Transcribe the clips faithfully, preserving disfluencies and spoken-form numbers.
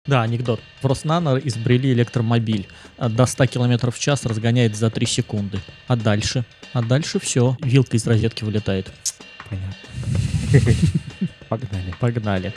Да, анекдот. В Роснано изобрели электромобиль. А До ста километров в час разгоняет за три секунды. А дальше? А дальше все. Вилка из розетки вылетает. Понятно. Погнали. Погнали.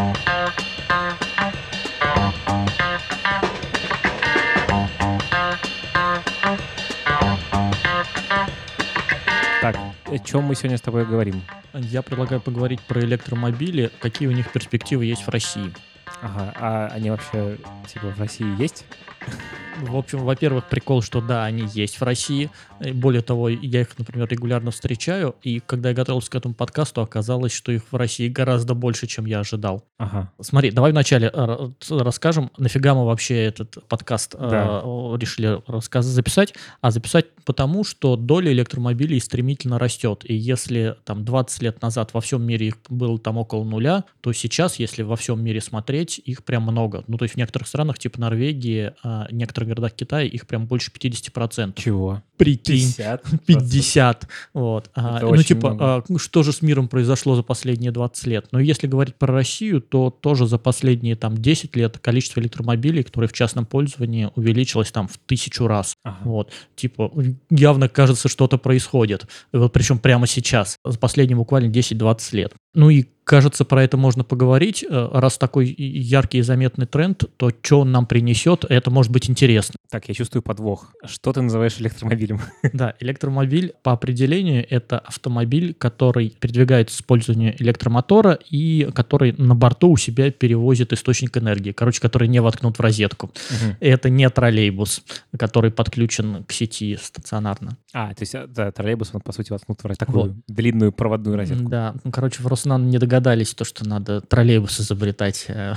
Так, о чем мы сегодня с тобой говорим? Я предлагаю поговорить про электромобили, какие у них перспективы есть в России. Ага, а они вообще, типа, в России есть? В общем, во-первых, прикол, что да, они есть в России. И более того, я их, например, регулярно встречаю. И когда я готовился к этому подкасту, оказалось, что их в России гораздо больше, чем я ожидал. Ага, Смотри, давай вначале э, расскажем, нафига мы вообще этот подкаст э, Да. решили рассказ записать. А записать потому, что доля электромобилей стремительно растет. И если там двадцать лет назад во всем мире их было там около нуля, то сейчас, если во всем мире смотреть, их прям много. Ну, то есть в некоторых странах, типа Норвегии, э, некоторых городах Китая, их прям больше пятьдесят процентов. чего? Прикинь. пятьдесят? пятьдесят. Вот. А, Это ну, очень типа, много. а, ну, что же с миром произошло за последние двадцать лет? Но если говорить про Россию, то тоже за последние там десять лет количество электромобилей, которые в частном пользовании, увеличилось там в тысячу раз. Ага. Вот. Типа, явно кажется, что-то происходит. Вот причем прямо сейчас, за последние буквально десять-двадцать лет. Ну и кажется, про это можно поговорить. Э, Раз такой яркий и заметный тренд, то что он нам принесет, это может быть интересно. Так, я чувствую подвох. Что ты называешь электромобилем? Да, электромобиль по определению это автомобиль, который передвигается с использованием электромотора и который на борту у себя перевозит источник энергии, короче, который не воткнут в розетку. Мгм. Это не троллейбус, который подключен к сети стационарно. А, то есть, а, да, троллейбус, он, по сути, воткнут в такую Вот. длинную проводную розетку. Да, ну, короче, в Роснано не догадались, то, что надо троллейбус изобретать. э.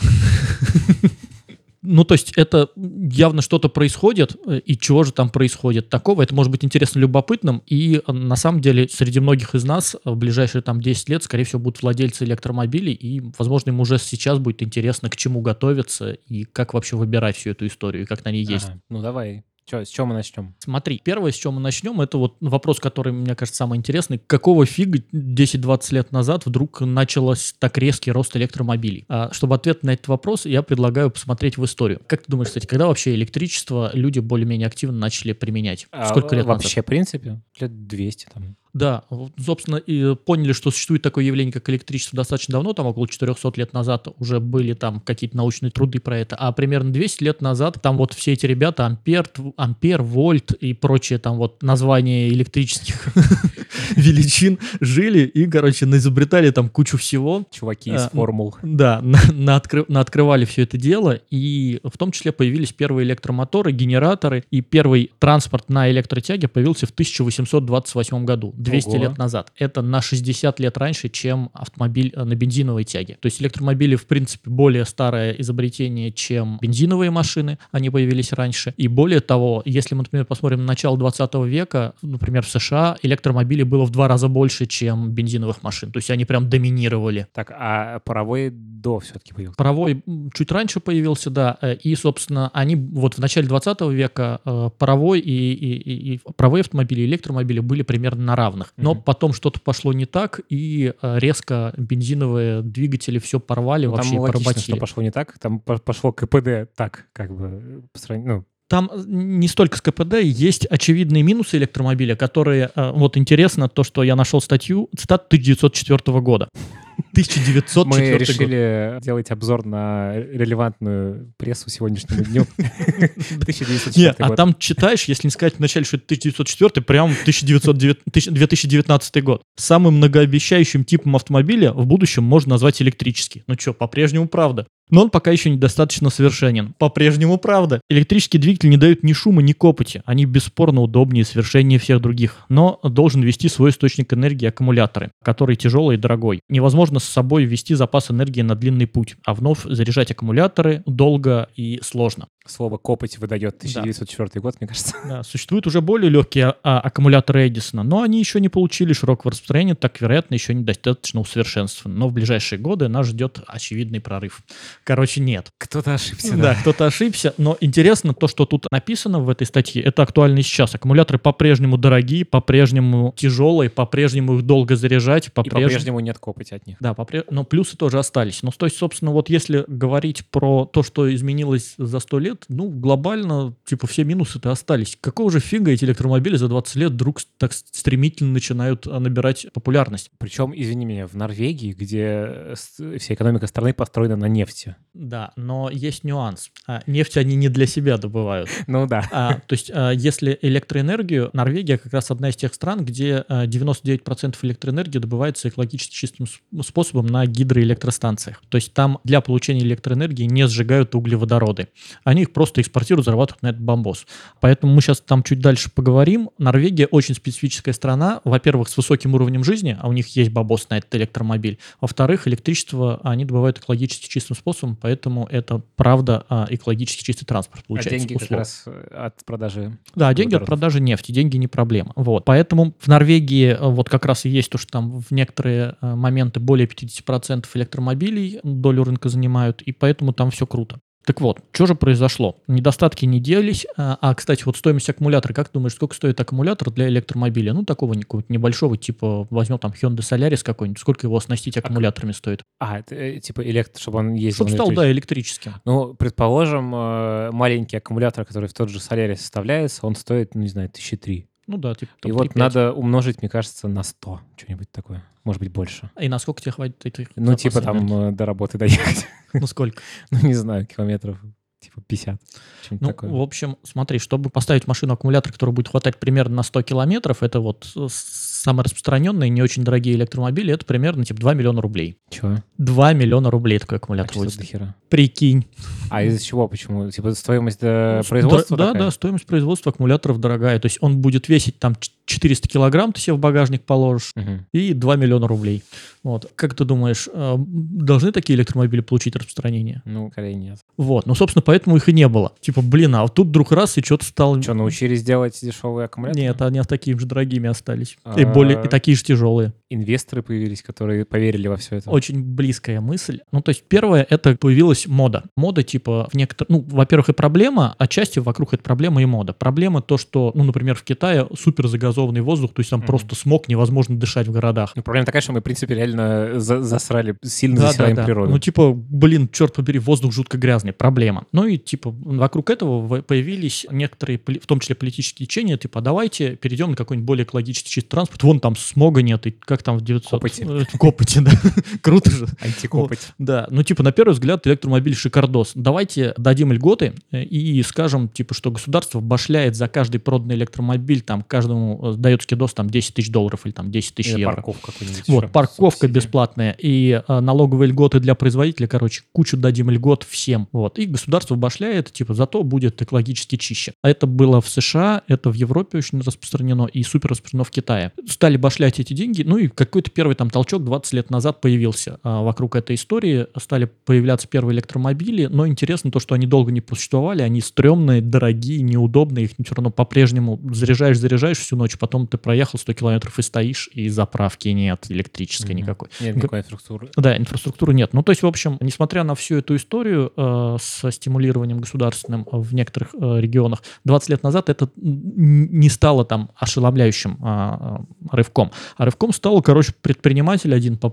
Ну, то есть это явно что-то происходит, э, и чего же там происходит такого, это может быть интересно, любопытным, и э, на самом деле среди многих из нас в ближайшие там десять лет, скорее всего, будут владельцы электромобилей, и, возможно, им уже сейчас будет интересно, к чему готовиться, и как вообще выбирать всю эту историю, и как на ней есть. Ага, ну давай. Чё, с чего мы начнем? Смотри, первое, с чем мы начнем, это вот вопрос, который, мне кажется, самый интересный. Какого фига десять-двадцать лет назад вдруг началось так резкий рост электромобилей? А, чтобы ответ на этот вопрос, я предлагаю посмотреть в историю. Как ты думаешь, кстати, когда вообще электричество люди более-менее активно начали применять? А, Сколько лет назад? Вообще, в принципе, лет двести там. Да, вот, собственно, и поняли, что существует такое явление, как электричество, достаточно давно, там около четырехсот лет назад уже были там какие-то научные труды про это, а примерно двести лет назад там вот все эти ребята, ампер, тв- ампер, вольт и прочие там вот названия электрических величин жили и, короче, наизобретали там кучу всего. Чуваки из А, формул. Да, на, наоткры- наоткрывали все это дело, и в том числе появились первые электромоторы, генераторы, и первый транспорт на электротяге появился в тысяча восемьсот двадцать восьмом году, двести Ого. лет назад. Это на шестьдесят лет раньше, чем автомобиль э, на бензиновой тяге. То есть электромобили, в принципе, более старое изобретение, чем бензиновые машины, они появились раньше. И более того, если мы, например, посмотрим на начало двадцатого века, например, в США электромобилей было в два раза больше, чем бензиновых машин. То есть они прям доминировали. Так, а паровой до все-таки появился? Паровой м, чуть раньше появился, да, э, и, собственно, они вот в начале двадцатого века э, паровой и, и, и- и паровые автомобили, и электромобили были примерно на равных. Но Мгм. потом что-то пошло не так, и э, резко бензиновые двигатели все порвали, Ну, вообще там логично, что поработили. пошло не так. Там по- пошло КПД так, как бы, по сравнению- ну, Там э, не столько с КПД, есть очевидные минусы электромобиля, которые, э, вот интересно, то, что я нашел статью, цитат тысяча девятьсот четвёртого года. тысяча девятьсот мы четвёртый год. решили делать обзор на релевантную прессу сегодняшнему дню. тысяча девятьсот Нет, четвёртый а год. там читаешь, если не сказать вначале, что это тысяча девятьсот четвёртый, прям тысяча девятьсот девятнадцатый, тысяч- две тысячи девятнадцатый год. Самым многообещающим типом автомобиля в будущем можно назвать электрический. Ну что, по-прежнему правда. Но он пока еще недостаточно совершенен. По-прежнему правда. Электрические двигатели не дают ни шума, ни копоти. Они бесспорно удобнее и совершеннее всех других. Но должен вести свой источник энергии аккумуляторы, который тяжелый и дорогой. Невозможно с собой ввести запас энергии на длинный путь, а вновь заряжать аккумуляторы долго и сложно. Слово «копоть» выдает тысяча Да. девятьсот четвёртый год, мне кажется. Да, существуют уже более легкие а, аккумуляторы Эдисона, но они еще не получили широкого распространения, так, вероятно, еще недостаточно усовершенствованы. Но в ближайшие годы нас ждет очевидный прорыв. Короче, нет. Кто-то ошибся, Да, да. кто-то ошибся, но интересно то, что тут написано в этой статье, это актуально и сейчас. Аккумуляторы по-прежнему дорогие, по-прежнему тяжелые, по-прежнему их долго заряжать, И по-прежнему... по-прежнему нет копоти от них. Да, попре- но плюсы тоже остались. Ну, то есть, собственно, вот если говорить про то, что изменилось за сто лет, ну, глобально, типа, все минусы-то остались. Какого же фига эти электромобили за двадцать лет вдруг так стремительно начинают а, набирать популярность? Причем, извини меня, в Норвегии, где с- вся экономика страны построена на нефти. Да, но есть нюанс. А, нефть они не для себя добывают. Ну да. А, то есть, а, если электроэнергию, Норвегия как раз одна из тех стран, где а, девяносто девять процентов электроэнергии добывается экологически чистым с- способом на гидроэлектростанциях. То есть там для получения электроэнергии не сжигают углеводороды. Они их просто экспортируют, зарабатывают на этот бомбос. Поэтому мы сейчас там чуть дальше поговорим. Норвегия очень специфическая страна. Во-первых, с высоким уровнем жизни, а у них есть бабос на этот электромобиль. Во-вторых, электричество они добывают экологически чистым способом, поэтому это правда а, экологически чистый транспорт А получается. деньги как условно. раз от продажи. Да, деньги от углеводородов. продажи нефти, деньги не проблема. Вот. Поэтому в Норвегии э, вот как раз и есть то, что там в некоторые э, моменты более пятьдесят процентов электромобилей долю рынка занимают, и поэтому там все круто. Так вот, что же произошло? Недостатки не делись. А, а, кстати, вот стоимость аккумулятора. Как думаешь, сколько стоит аккумулятор для электромобиля? Ну, такого какого-то небольшого, типа, возьмем там Hyundai Solaris какой-нибудь. Сколько его оснастить аккумуляторами стоит? А, это э, типа электро, чтобы он ездил Чтобы на стал, электричестве. да, электрическим. Ну, предположим, э, маленький аккумулятор, который в тот же Solaris вставляется, он стоит, ну, не знаю, тысячи три. Ну да, типа там И вот три-пять. надо умножить, мне кажется, на сто. Что-нибудь такое. Может быть, больше. И насколько тебе хватит этих Ну, запасов типа там энергии? э, до работы доехать. Ну, сколько? Ну, не знаю, километров типа пятьдесят. Что-нибудь Ну, такое. в общем, смотри, чтобы поставить машину аккумулятор, который будет хватать примерно на сто километров, это вот э, самые распространенные, не очень дорогие электромобили, это примерно типа два миллиона рублей. Чего? два миллиона рублей такой А аккумулятор что будет. это до хера? Прикинь. А из-за чего? Почему? Типа стоимость э, С- производства Да, такая? да, стоимость производства аккумуляторов дорогая. То есть он будет весить там ч- четыреста килограмм, ты себе в багажник положишь, Мгм. и два миллиона рублей. Вот. Как ты думаешь, э, должны такие электромобили получить распространение? Ну, скорее нет. Вот. Ну, собственно, поэтому их и не было. Типа, блин, а вот тут вдруг раз и что-то стало... Что, научились делать дешевые аккумуляторы? Нет, они такими же дорогими остались. И, А. более, и такие же тяжелые. Инвесторы появились, которые поверили во все это. Очень близкая мысль. Ну, то есть, первое, это появилась мода. Мода, типа, в некоторых... Ну, во-первых, и проблема, отчасти вокруг этой проблемы и мода. Проблема то, что, ну, например, в Китае супер загазованный воздух, то есть там Мгм. просто смог, невозможно дышать в городах. Ну, проблема такая, что мы, в принципе, реально за- засрали, сильно засираем природу. Ну, типа, блин, черт побери, воздух жутко грязный, проблема. Ну и, типа, вокруг этого в- появились некоторые, поли- в том числе политические течения, типа, давайте перейдем на какой-нибудь более экологически чистый транспорт. Вон там смога нет, и как там в девятьсот... Копоти. э, Копоти, да. Круто же. Антикопоть. Да, ну типа на первый взгляд электромобиль шикардос. Давайте дадим льготы э, и скажем, типа, что государство башляет за каждый проданный электромобиль, там каждому э, дает скидос там десять тысяч долларов или там десять тысяч Или евро. парковка какой-нибудь. Вот, еще. парковка Субсидия. бесплатная и э, налоговые льготы для производителя, короче, кучу дадим льгот всем. Вот, и государство башляет, типа, зато будет экологически чище. А это было в США, это в Европе очень распространено и супер распространено в Китае. Стали башлять эти деньги, ну и какой-то первый там толчок двадцать лет назад появился а, вокруг этой истории. Стали появляться первые электромобили, но интересно то, что они долго не существовали, они стрёмные, дорогие, неудобные, их все равно по-прежнему заряжаешь, заряжаешь всю ночь, потом ты проехал сто километров и стоишь, и заправки нет, электрической Мгм. никакой. Нет Г- никакой инфраструктуры. Да, инфраструктуры нет. Ну, то есть, в общем, несмотря на всю эту историю э, со стимулированием государственным в некоторых э, регионах, двадцать лет назад это н- не стало там ошеломляющим а, а, рывком. А рывком стал, короче, предприниматель один по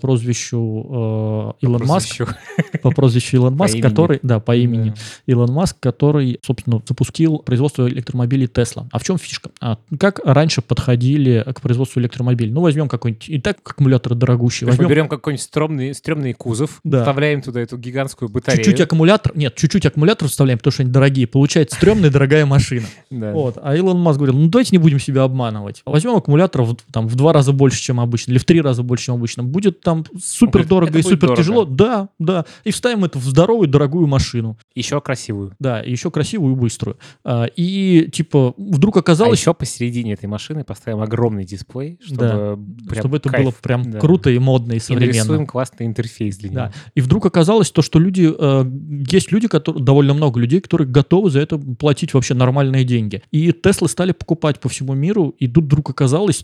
прозвищу э, Илон Маск, Просто по прозвищу Илон По Маск, имени. который, да, по еще- имени Да. Илон Маск, который, собственно, запустил производство электромобилей Tesla. А в чем фишка? А, как раньше подходили к производству электромобилей? Ну, возьмем какой-нибудь, и так аккумуляторы дорогущие, То есть мы возьмем берем какой-нибудь стрёмный, стрёмный кузов, Да. вставляем туда эту гигантскую батарею. чуть-чуть аккумулятор, нет, чуть-чуть аккумулятор вставляем, потому что они дорогие, получается стрёмная дорогая машина. Да. Вот. А Илон Маск говорил, ну давайте не будем себя обманывать. Возьмем аккумулятор в, там, в два раза больше, чем обычно, или в три раза больше, чем обычно. Будет там супер говорит, дорого это и будет супер дорого. тяжело. Да, да. И вставим это в здоровую, дорогую машину. Еще красивую. Да, и еще красивую и быструю. А, и типа вдруг А оказалось, еще посередине этой машины поставим огромный дисплей, чтобы, Да. прям чтобы это кайф. было прям Да. круто и модно и И современно. нарисуем классный интерфейс для него. Да. И вдруг оказалось то, что люди, э, есть люди, которые, довольно много людей, которые готовы за это платить вообще нормальные деньги. И Теслы стали покупать по всему миру, и тут вдруг оказалось то, что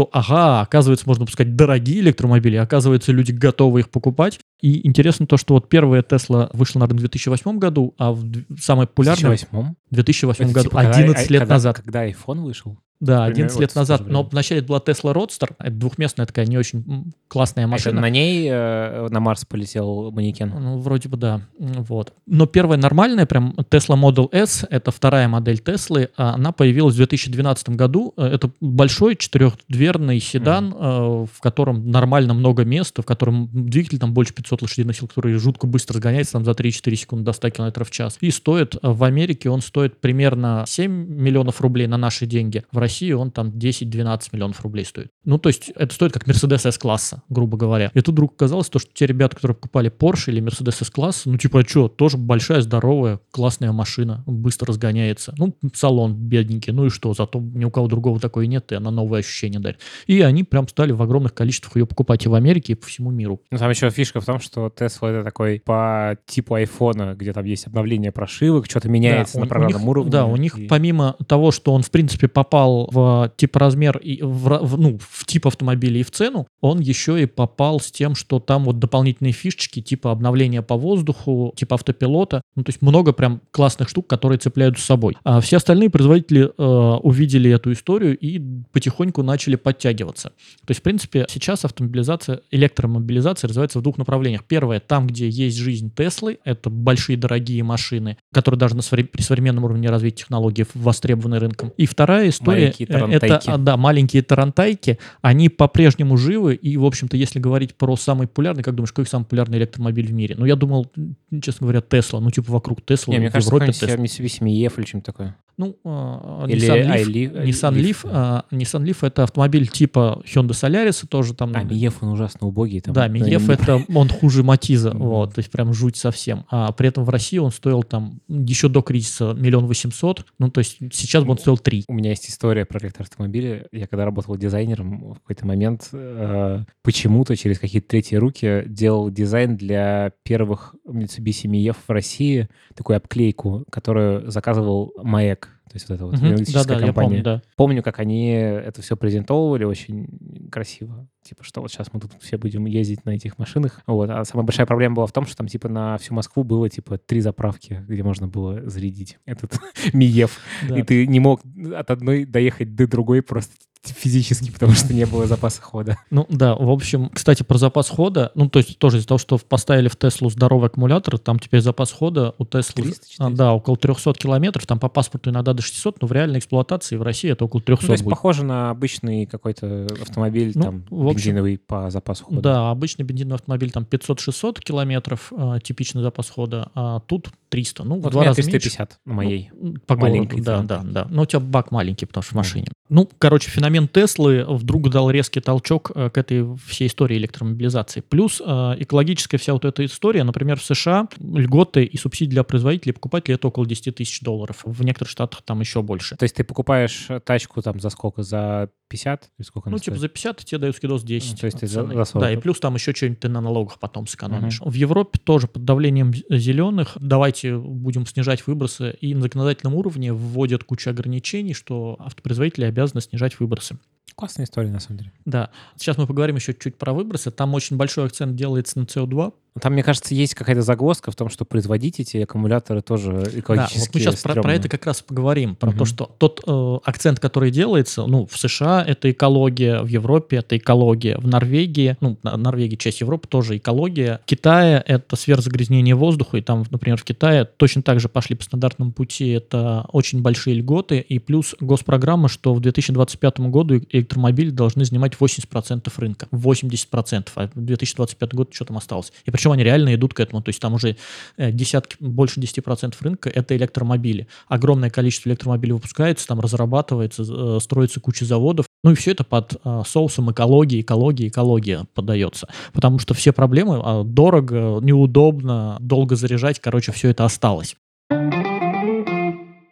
ага, оказывается, можно выпускать дорогие электромобили, оказывается, люди готовы их покупать. И интересно то, что вот первая Tesla вышла, наверное, в две тысячи восьмом году, а в д- самая В популярная... две тысячи восьмом? В две тысячи восьмом Это году, типа когда, одиннадцать а, лет когда, назад. когда iPhone вышел? Да, Примерно одиннадцать лет вот в то назад. же Но время. вначале это была Tesla Roadster, это двухместная такая не очень м, классная А это машина. на ней э, на Марс полетел манекен? Ну, вроде бы да. М, Вот. Но первая нормальная, прям Tesla Model S, это вторая модель Теслы, а она появилась в две тысячи двенадцатом году. Э, Это большой четырехдверный седан, э, в котором нормально много места, в котором двигатель там больше пятьсот лошадиных сил, который жутко быстро разгоняется там за три-четыре секунды до ста километров в час. И стоит, э, в Америке он стоит примерно семь миллионов рублей на наши деньги. В России он там десять-двенадцать миллионов рублей стоит. Ну, то есть это стоит как Mercedes S-класса, грубо говоря. И тут вдруг оказалось то, что те ребята, которые покупали Porsche или Mercedes S-класс, ну, типа, а что, тоже большая, здоровая, классная машина, быстро разгоняется. Ну, салон бедненький, ну и что, зато ни у кого другого такой нет, и она новые ощущения дарит. И они прям стали в огромных количествах ее покупать и в Америке, и по всему миру. Ну, там еще фишка в том, что Tesla — это такой по типу айфона, где там есть обновление прошивок, что-то меняется Да, на у- у программном них- уровне. Да, у них и- помимо того, что он, в принципе, попал в тип размер, и в, ра- в, ну, в тип автомобиля и в цену, он еще и попал с тем, что там вот дополнительные фишечки, типа обновления по воздуху, типа автопилота. Ну, то есть много прям классных штук, которые цепляют с собой. А все остальные производители э, увидели эту историю и потихоньку начали подтягиваться. То есть, в принципе, сейчас автомобилизация, электромобилизация развивается в двух направлениях. Первое, там, где есть жизнь Теслы, это большие дорогие машины, которые даже на совре- при современном уровне развития технологий востребованы рынком. И вторая история, Маленькие э, это, тарантайки. а, да, маленькие тарантайки, они по-прежнему живы, и, в общем-то, если говорить про самый популярный, как думаешь, какой самый популярный электромобиль в мире? Ну, я думал, м, честно говоря, Тесла, ну, типа вокруг Теслы, Не, мне в кажется, Европе какой-нибудь Tesla. Mitsubishi Miyef или что-нибудь такое. Ну, а, Или Nissan Leaf, iLeaf- Nissan Leaf, Leaf, да. а, Nissan Leaf это автомобиль типа Hyundai Solaris, тоже там... А, Miyef, он ужасно убогий. Там, Да, на Миеф нем не- это он хуже Матиза, Мгм. вот, то есть прям жуть совсем. А при этом в России он стоил там еще до кризиса миллион восемьсот, ну то есть сейчас бы он стоил три. У меня есть история про электроавтомобили. Я когда работал дизайнером, в какой-то момент э, почему-то через какие-то третьи руки делал дизайн для первых Mitsubishi Miyef в России, такую обклейку, которую заказывал МАЭК. То есть вот эта вот Мгм. энергетическая Да-да, я компания. помню, да. Помню, как они это все презентовывали очень красиво. Типа, что вот сейчас мы тут все будем ездить на этих машинах. Вот. А самая большая проблема была в том, что там типа на всю Москву было типа три заправки, где можно было зарядить этот Миев. Да. И ты не мог от одной доехать до другой просто физически, потому что не было запаса хода. Ну да, в общем, кстати, про запас хода, ну то есть тоже из-за того, что поставили в Теслу здоровый аккумулятор, там теперь запас хода у Теслы, триста а, четыреста? да, около триста километров, там по паспорту иногда до шестисот, но в реальной эксплуатации в России это около Ну, трехсот то есть будет. похоже на обычный какой-то автомобиль, Ну, там, в общем, бензиновый по запасу хода. Да, обычный бензиновый автомобиль там пятьсот-шестьсот километров, а, типичный запас хода, а тут триста, ну в Вот у два меня раза триста меньше. пятьдесят на моей. Ну, по маленькой городу, да, да, Тарантайке. да. Но у тебя бак маленький, потому что в Мгм. машине. Ну, короче, феномен Теслы вдруг дал резкий толчок э, к этой всей истории электромобилизации. Плюс э, экологическая вся вот эта история, например, в США льготы и субсидии для производителей и покупателей это около десять тысяч долларов. В некоторых штатах там еще больше. То есть ты покупаешь тачку там за сколько? За пятьдесят? Или сколько она Ну, типа стоит? за пятьдесят тебе дают скидос десять. Ну, то есть от ты за- цены. за сорок. Да, и плюс там еще что-нибудь ты на налогах потом сэкономишь. В Европе тоже под давлением зеленых давайте будем снижать выбросы. И на законодательном уровне вводят кучу ограничений, что автопроизводители обязаны снижать выбросы. Классная история, на самом деле. Да. Сейчас мы поговорим еще чуть про выбросы. Там очень большой акцент делается на си о два. Там, мне кажется, есть какая-то загвоздка в том, что производить эти аккумуляторы тоже Да, экологически вот мы сейчас про, про стрёмно. это как раз поговорим. Про Мгм. то, что тот э, акцент, который делается, ну, в США это экология, в Европе это экология, в Норвегии, ну, на- Норвегия часть Европы тоже экология. В Китае это сфера загрязнения воздуха, и там, например, в Китае точно так же пошли по стандартному пути, это очень большие льготы, и плюс госпрограмма, что в две тысячи двадцать пятом году электромобили должны занимать восемьдесят процентов рынка. восемьдесят процентов, а в две тысячи двадцать пятый год что там осталось. И причем они реально идут к этому, то есть там уже э, десятки, больше десяти процентов рынка это электромобили. Огромное количество электромобилей выпускается, там разрабатывается, э, строится куча заводов, ну и все это под э, соусом экологии, экологии, экология подается. Потому что все проблемы, а, дорого, неудобно, долго заряжать, короче, все это осталось.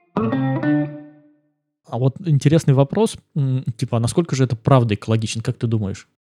А вот интересный вопрос, м, типа, а насколько же это правда экологично, как ты думаешь?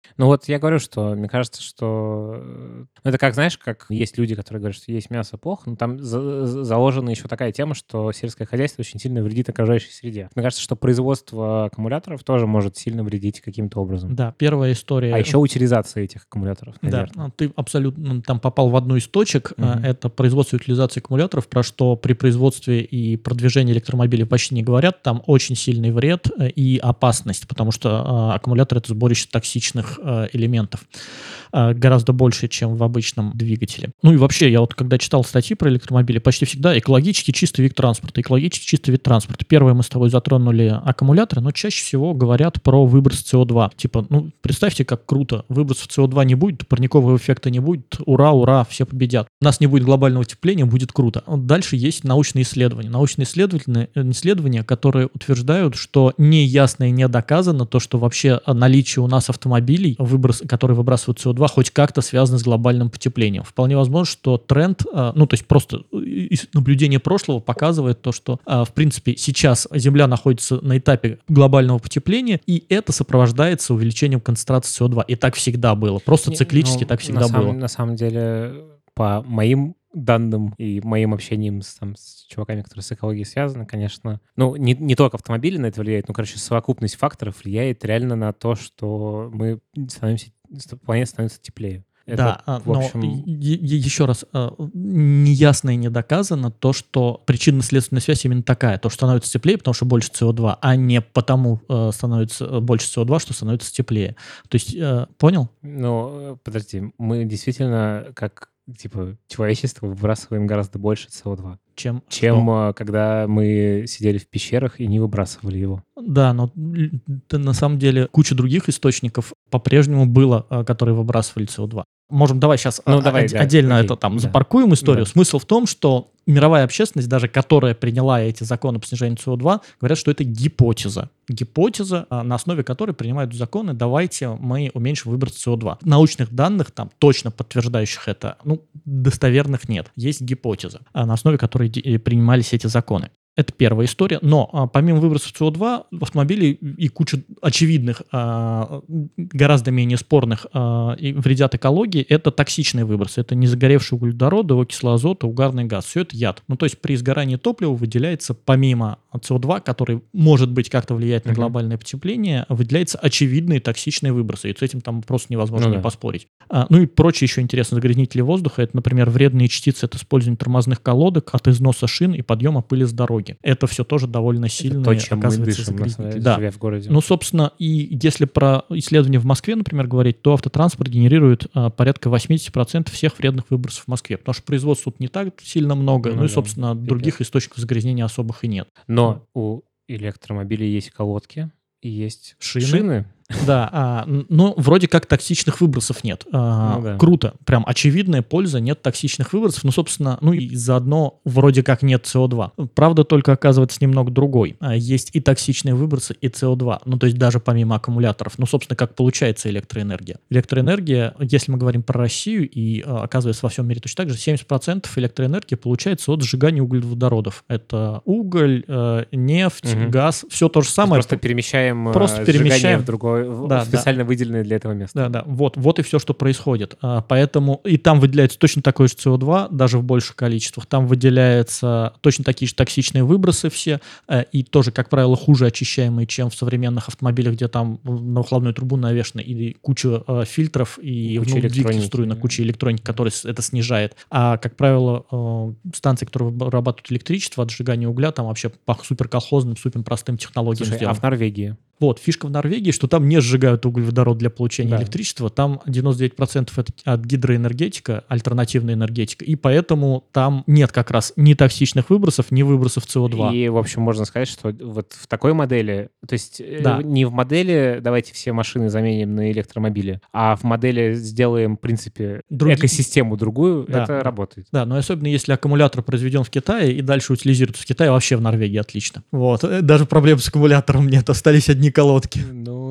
Ну вот я говорю, что мне кажется, что... э, ну, это как, знаешь, как есть люди, которые говорят, что есть мясо плохо, но там за- за- заложена еще такая тема, что сельское хозяйство очень сильно вредит окружающей среде. Мне кажется, что производство аккумуляторов тоже может сильно вредить каким-то образом. Да, первая история. А еще утилизация этих аккумуляторов, Да, наверное. ну, ты абсолютно ну, там попал в одну из точек. Мгм. э, Это производство и утилизация аккумуляторов, про что при производстве и продвижении электромобилей почти не говорят. Там очень сильный вред э, и опасность, потому что э, аккумулятор — это сборище токсичных э, элементов. э, Гораздо больше, чем в обычном двигателе. Ну и вообще, я вот когда читал статьи про электромобили, почти всегда экологически чистый вид транспорта, экологически чистый вид транспорта. Первое, мы с тобой затронули аккумуляторы, но чаще всего говорят про выброс си о два. Типа, ну, представьте, как круто. Выбросов си о два не будет, парникового эффекта не будет. Ура, ура, все победят. У нас не будет глобального потепления, будет круто. Вот дальше есть научные исследования. Научные исследования, э, исследования, которые утверждают, что неясно и не доказано то, что вообще наличие у нас автомобилей, выброс, которые выбрасывают си о два, хоть как-то связано с глобальным потеплением. Вполне возможно, что тренд, э, ну, то есть просто из наблюдения прошлого показывает то, что, э, в принципе, сейчас Земля находится на этапе глобального потепления, и это сопровождается увеличением концентрации си о два. И так всегда было. Просто Не, циклически ну, так всегда на самом, было. на самом деле, по моим данным и моим общением с, там, с чуваками, которые с экологией связаны, конечно, ну, не, не только автомобили на это влияют, но, короче, совокупность факторов влияет реально на то, что мы становимся, планета становится теплее. Это, Да, а, в но общем... и- и- еще раз, а, неясно и не доказано то, что причинно-следственная связь именно такая, то, что становится теплее, потому что больше си о два, а не потому э, становится э, больше си о два, что становится теплее. То есть, э, понял? Ну, э, подожди, мы действительно, как, типа, человечество выбрасываем гораздо больше си о два, Чем, чем что? э, когда мы сидели в пещерах и не выбрасывали его. Да, но л- т- на самом деле куча других источников по-прежнему было, а, которые выбрасывали си о два. Можем давай сейчас Ну, давай, да, отдельно окей, это там да. запаркуем историю. Да. Смысл в том, что мировая общественность, даже которая приняла эти законы по снижению си о два, говорят, что это гипотеза. Гипотеза, а, на основе которой принимают законы, давайте мы уменьшим выброс си о два. Научных данных, там, точно подтверждающих это, ну, достоверных нет. Есть гипотеза, а, на основе которой де- принимались эти законы. Это первая история. Но а, помимо выбросов си о два, в автомобиле и куча очевидных, а, гораздо менее спорных а, и вредят экологии, это токсичные выбросы. Это незагоревшие углеводороды, окисло азота, угарный газ. Все это яд. Ну, то есть при сгорании топлива выделяется, помимо си о два, который может быть как-то влияет на Мгм. глобальное потепление, выделяются очевидные токсичные выбросы. И с этим там просто невозможно Ну не да. поспорить. А, ну и прочие еще интересные загрязнители воздуха. Это, например, вредные частицы от использования тормозных колодок, от износа шин и подъема пыли с дороги. Это все тоже довольно Это сильные, то, чем мы оказывается, дышим, на самом загрязнители. деле, Да. живя в городе. Ну, собственно, и если про исследования в Москве, например, говорить, то автотранспорт генерирует а, порядка восемьдесят процентов всех вредных выбросов в Москве, потому что производства тут не так сильно много, ну, Ну и, да, собственно, пипец. других источников загрязнения особых и нет. Но у электромобилей есть колодки и есть Шины. шины. Да, а, н- но вроде как токсичных выбросов нет. А, Ну да. Круто, прям очевидная польза, нет токсичных выбросов, ну, собственно, ну и заодно вроде как нет си о два. Правда, только оказывается немного другой. А, Есть и токсичные выбросы, и си о два, ну, то есть даже помимо аккумуляторов. Ну, собственно, как получается электроэнергия. Электроэнергия, если мы говорим про Россию, и а, оказывается во всем мире точно так же, семьдесят процентов электроэнергии получается от сжигания углеводородов. Это уголь, э, нефть, Мгм. газ, все то же самое. Просто перемещаем, Просто э, перемещаем. сжигание в другой, в Да, специально выделенное для этого место. Да, да, вот, вот и все, что происходит. А, поэтому и там выделяется точно такое же си о два, даже в больших количествах. Там выделяются точно такие же токсичные выбросы все, э, и тоже, как правило, хуже очищаемые, чем в современных автомобилях, где там на выхлопную трубу навешаны и куча э, фильтров, и Куча ну, двигатель электроники. встроена, куча электроники, которая с- это снижает. А, как правило, э, станции, которые вырабатывают электричество от сжигания угля, там вообще по суперколхозным, супер простым технологиям Слушай, а сделано. в Норвегии? Вот, фишка в Норвегии, что там не сжигают углеводород для получения Да. электричества, там девяносто девять процентов это от гидроэнергетика, альтернативная энергетика, и поэтому там нет как раз ни токсичных выбросов, ни выбросов си о два. И, в общем, можно сказать, что вот в такой модели, то есть э, Да. не в модели давайте все машины заменим на электромобили, а в модели сделаем, в принципе, Други- экосистему другую, Да, это да. работает. Да, но особенно если аккумулятор произведен в Китае и дальше утилизируется в Китае, вообще в Норвегии отлично. Вот, э, даже проблем с аккумулятором нет, остались одни колодки. Ну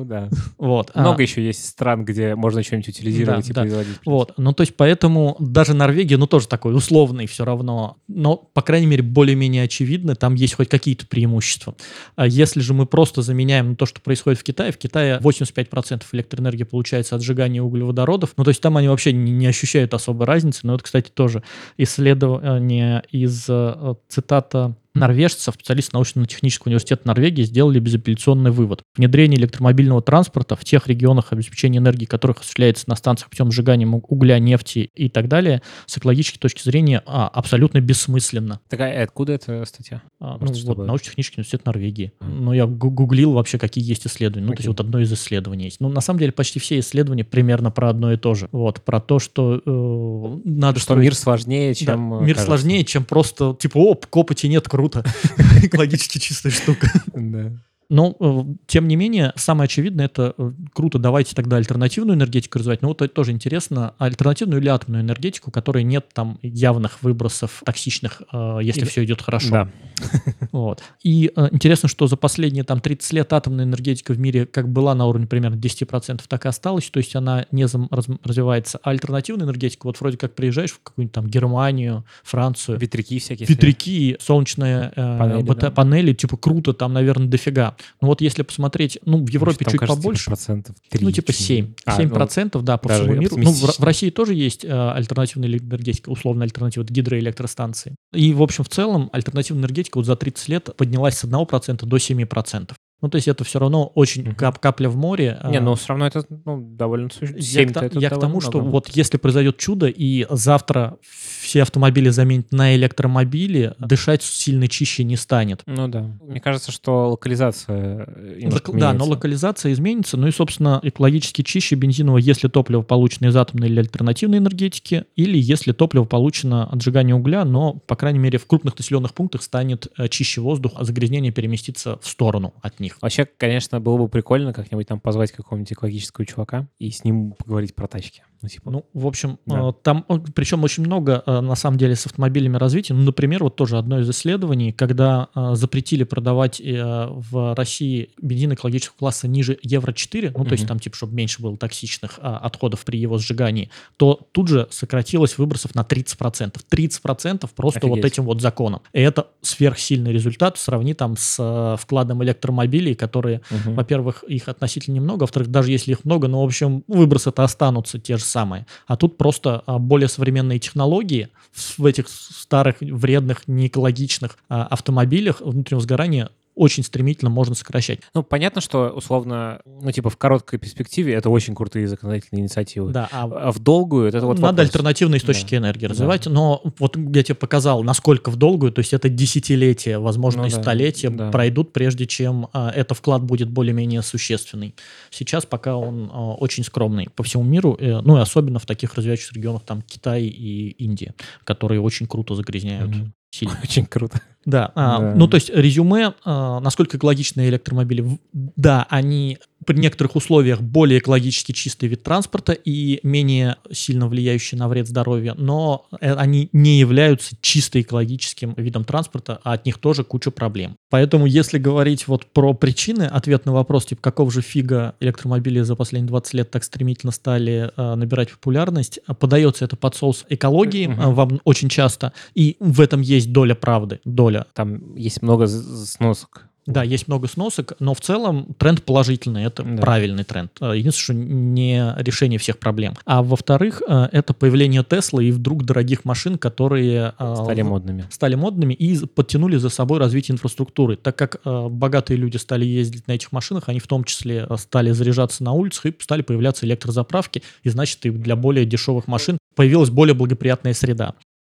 да. Вот. Много а, еще есть стран, где можно что-нибудь утилизировать Да, и да. производить. Вот. Ну, то есть, поэтому даже Норвегия, ну, тоже такой условный все равно, но, по крайней мере, более-менее очевидно, там есть хоть какие-то преимущества. А если же мы просто заменяем то, что происходит в Китае, в Китае восемьдесят пять процентов электроэнергии получается от сжигания углеводородов, ну, то есть там они вообще не, не ощущают особой разницы, но это, кстати, тоже исследование из э, цитата норвежцев, специалисты научно-технического университета Норвегии сделали безапелляционный вывод. Внедрение электромобильного транспорта в тех регионах, обеспечения энергии которых осуществляется на станциях путем сжигания угля, нефти и так далее, с экологической точки зрения а, абсолютно бессмысленно. Так, а откуда эта статья? А, ну, Просто вот, чтобы- научно-технический университет Норвегии. Мгм. Но я гу- гуглил вообще, какие есть исследования. Ну, то есть Окей. вот одно из исследований есть. Ну, на самом деле, почти все исследования примерно про одно и то же. Вот, про то, что э, надо Что строить- мир сложнее, Да, чем э, мир кажется. сложнее, чем просто, типа, оп, копоти нет, круто. Экологически чистая штука. Да. Но, э, тем не менее, самое очевидное, это э, круто, давайте тогда альтернативную энергетику развивать. Но вот это тоже интересно, альтернативную или атомную энергетику, у которой нет там явных выбросов токсичных, э, если Или- все идет хорошо. Да. Вот. И э, интересно, что за последние там тридцать лет атомная энергетика в мире как была на уровне примерно десять процентов, так и осталась, то есть она не зам- раз- развивается. А альтернативная энергетика, вот вроде как приезжаешь в какую-нибудь там Германию, Францию, Ветряки всякие. ветряки, солнечные э, Панели, бата- да. панели, типа круто, там, наверное, дофига. Ну вот если посмотреть, ну в Европе Там, чуть кажется, типа побольше, процентов три, ну типа чуть ли. семь. А, семь ну, процентов, да, по даже всему миру. Ну, в, Р- в оптимистично. России тоже есть э, альтернативная энергетика, условно альтернатива, это гидроэлектростанции. И, в общем, в целом, альтернативная энергетика вот за тридцать лет поднялась с одного процента до семи процентов. Ну, то есть это все равно очень Мгм. кап- капля в море. Не, а, ну все равно это ну, довольно суще- я, к, семь-то то- это я к довольно тому, что много. вот если произойдет чудо, и завтра все автомобили заменят на электромобили, дышать сильно чище не станет. Ну да. Мне кажется, что локализация э, немножко Лок- да, но меняется. локализация изменится. Ну и, собственно, экологически чище бензинового, если топливо получено из атомной или альтернативной энергетики, или если топливо получено от сжигания угля, но, по крайней мере, в крупных населенных пунктах станет э, чище воздух, а загрязнение переместится в сторону от них. Вообще, конечно, было бы прикольно как-нибудь там позвать какого-нибудь экологического чувака и с ним поговорить про тачки. Ну, типа, Ну, в общем, Да. э, там, э, причем очень много, э, на самом деле, с автомобилями развития. Ну, например, вот тоже одно из исследований, когда э, запретили продавать э, в России бензин экологического класса ниже евро четыре, ну, то есть Мгм. там, типа, чтобы меньше было токсичных а, отходов при его сжигании, то тут же сократилось выбросов на тридцать процентов. тридцать процентов просто вот Офигеть. этим вот законом. И это сверхсильный результат. Сравни там с э, вкладом электромобилей, которые, мгм. во-первых, их относительно немного, во-вторых, даже если их много, ну, в общем, выбросы-то останутся те же самые. А тут просто а, более современные технологии в в этих старых, вредных, неэкологичных а, автомобилях внутреннего сгорания очень стремительно можно сокращать. Ну, понятно, что условно, ну, типа, в короткой перспективе это очень крутые законодательные инициативы. Да, а А в долгую это вот надо вопрос. альтернативные источники Да. энергии Да. развивать, но вот я тебе показал, насколько в долгую, то есть это десятилетия, возможно, Ну и да, столетия да. пройдут, прежде чем а, этот вклад будет более-менее существенный. Сейчас пока он а, очень скромный по всему миру, э, ну и особенно в таких развивающихся регионах, там Китай и Индия, которые очень круто загрязняют. Мгм. Сильно. Очень круто. Да, а, Да. ну то есть резюме, а, насколько экологичные электромобили, В- да, они при некоторых условиях более экологически чистый вид транспорта и менее сильно влияющий на вред здоровью, но э, они не являются чисто экологическим видом транспорта, а от них тоже куча проблем. Поэтому если говорить вот про причины, ответ на вопрос, типа, какого же фига электромобили за последние двадцать лет так стремительно стали э, набирать популярность, а подается это под соус экологии Мгм. э, вам очень часто, и в этом есть доля правды, доля. Там есть много з- з- сносок. Да, есть много сносок, но в целом тренд положительный, это Да. правильный тренд. Э, Единственное, что не решение всех проблем. А во-вторых, э, это появление Теслы и вдруг дорогих машин, которые э, Стали модными. стали модными и з- подтянули за собой развитие инфраструктуры. Так как э, богатые люди стали ездить на этих машинах, они в том числе э, стали заряжаться на улицах и стали появляться электрозаправки, и значит и для более дешевых машин появилась более благоприятная среда.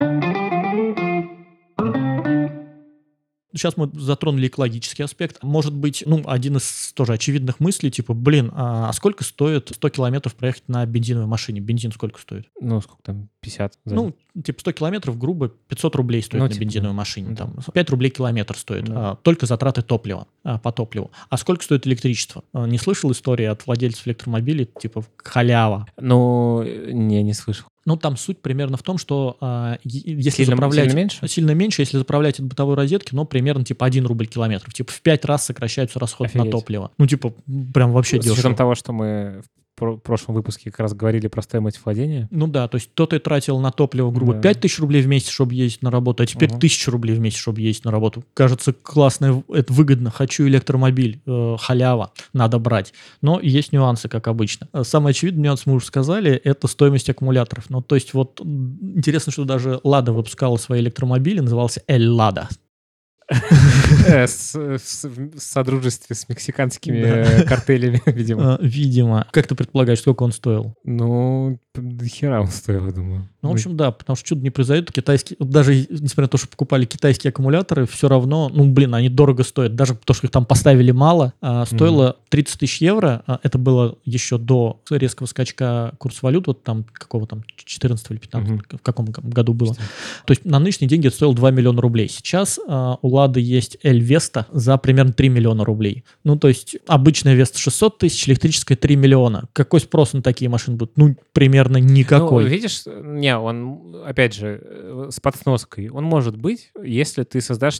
Сейчас мы затронули экологический аспект. Может быть, ну, один из тоже очевидных мыслей, типа, блин, а сколько стоит сто километров проехать на бензиновой машине? Бензин сколько стоит? Ну, сколько там, пятьдесят? за- Ну, типа сто километров, грубо, пятьсот рублей стоит Ну, на типа, бензиновой да. машине. Да. Там, пять рублей километр стоит. Да. а, только затраты топлива, а, по топливу. А сколько стоит электричество? А, не слышал истории от владельцев электромобилей, типа, халява? Ну, э, не, не слышал. Ну, там суть примерно в том, что а, е- если Сильно- заправлять... сильно меньше? Сильно меньше, если заправлять от бытовой розетки, но примерно типа один рубль километр. Типа в пять раз сокращается расход Офигеть. на топливо. Ну, типа, прям вообще С учетом дешево. того, что мы в про- прошлом выпуске как раз говорили про стоимость владения. Ну да, то есть то ты тратил на топливо, грубо, Да. пять тысяч рублей в месяц, чтобы ездить на работу, а теперь Мгм. тысячу рублей в месяц, чтобы ездить на работу. Кажется, классно, это выгодно. Хочу электромобиль, э, халява, надо брать. Но есть нюансы, как обычно. Э, Самый очевидный нюанс, мы уже сказали, это стоимость аккумуляторов. Ну, то есть вот м, интересно, что даже Lada выпускала свои электромобили, назывался El Lada. Э, с- с- В содружестве с мексиканскими Да. э, картелями, видимо. Э, Видимо. Как ты предполагаешь, сколько он стоил? Ну, до хера он стоил, я думаю. Ну, в общем, да, потому что чудо не произойдет. Китайские, даже несмотря на то, что покупали китайские аккумуляторы, все равно, ну, блин, они дорого стоят. Даже то, что их там поставили мало, а, стоило тридцать тысяч евро. А, это было еще до резкого скачка курса валют, вот там какого там, четырнадцатого или пятнадцатого, Мгм. в каком г- году было. То есть на нынешние деньги это стоило два миллиона рублей. Сейчас а, у Лады есть Эль Веста за примерно три миллиона рублей. Ну, то есть обычная Веста шестьсот тысяч, электрическая три миллиона. Какой спрос на такие машины будет? Ну, примерно никакой. Ну, видишь, не, он, опять же, э, с подсноской. Он может быть, если ты создашь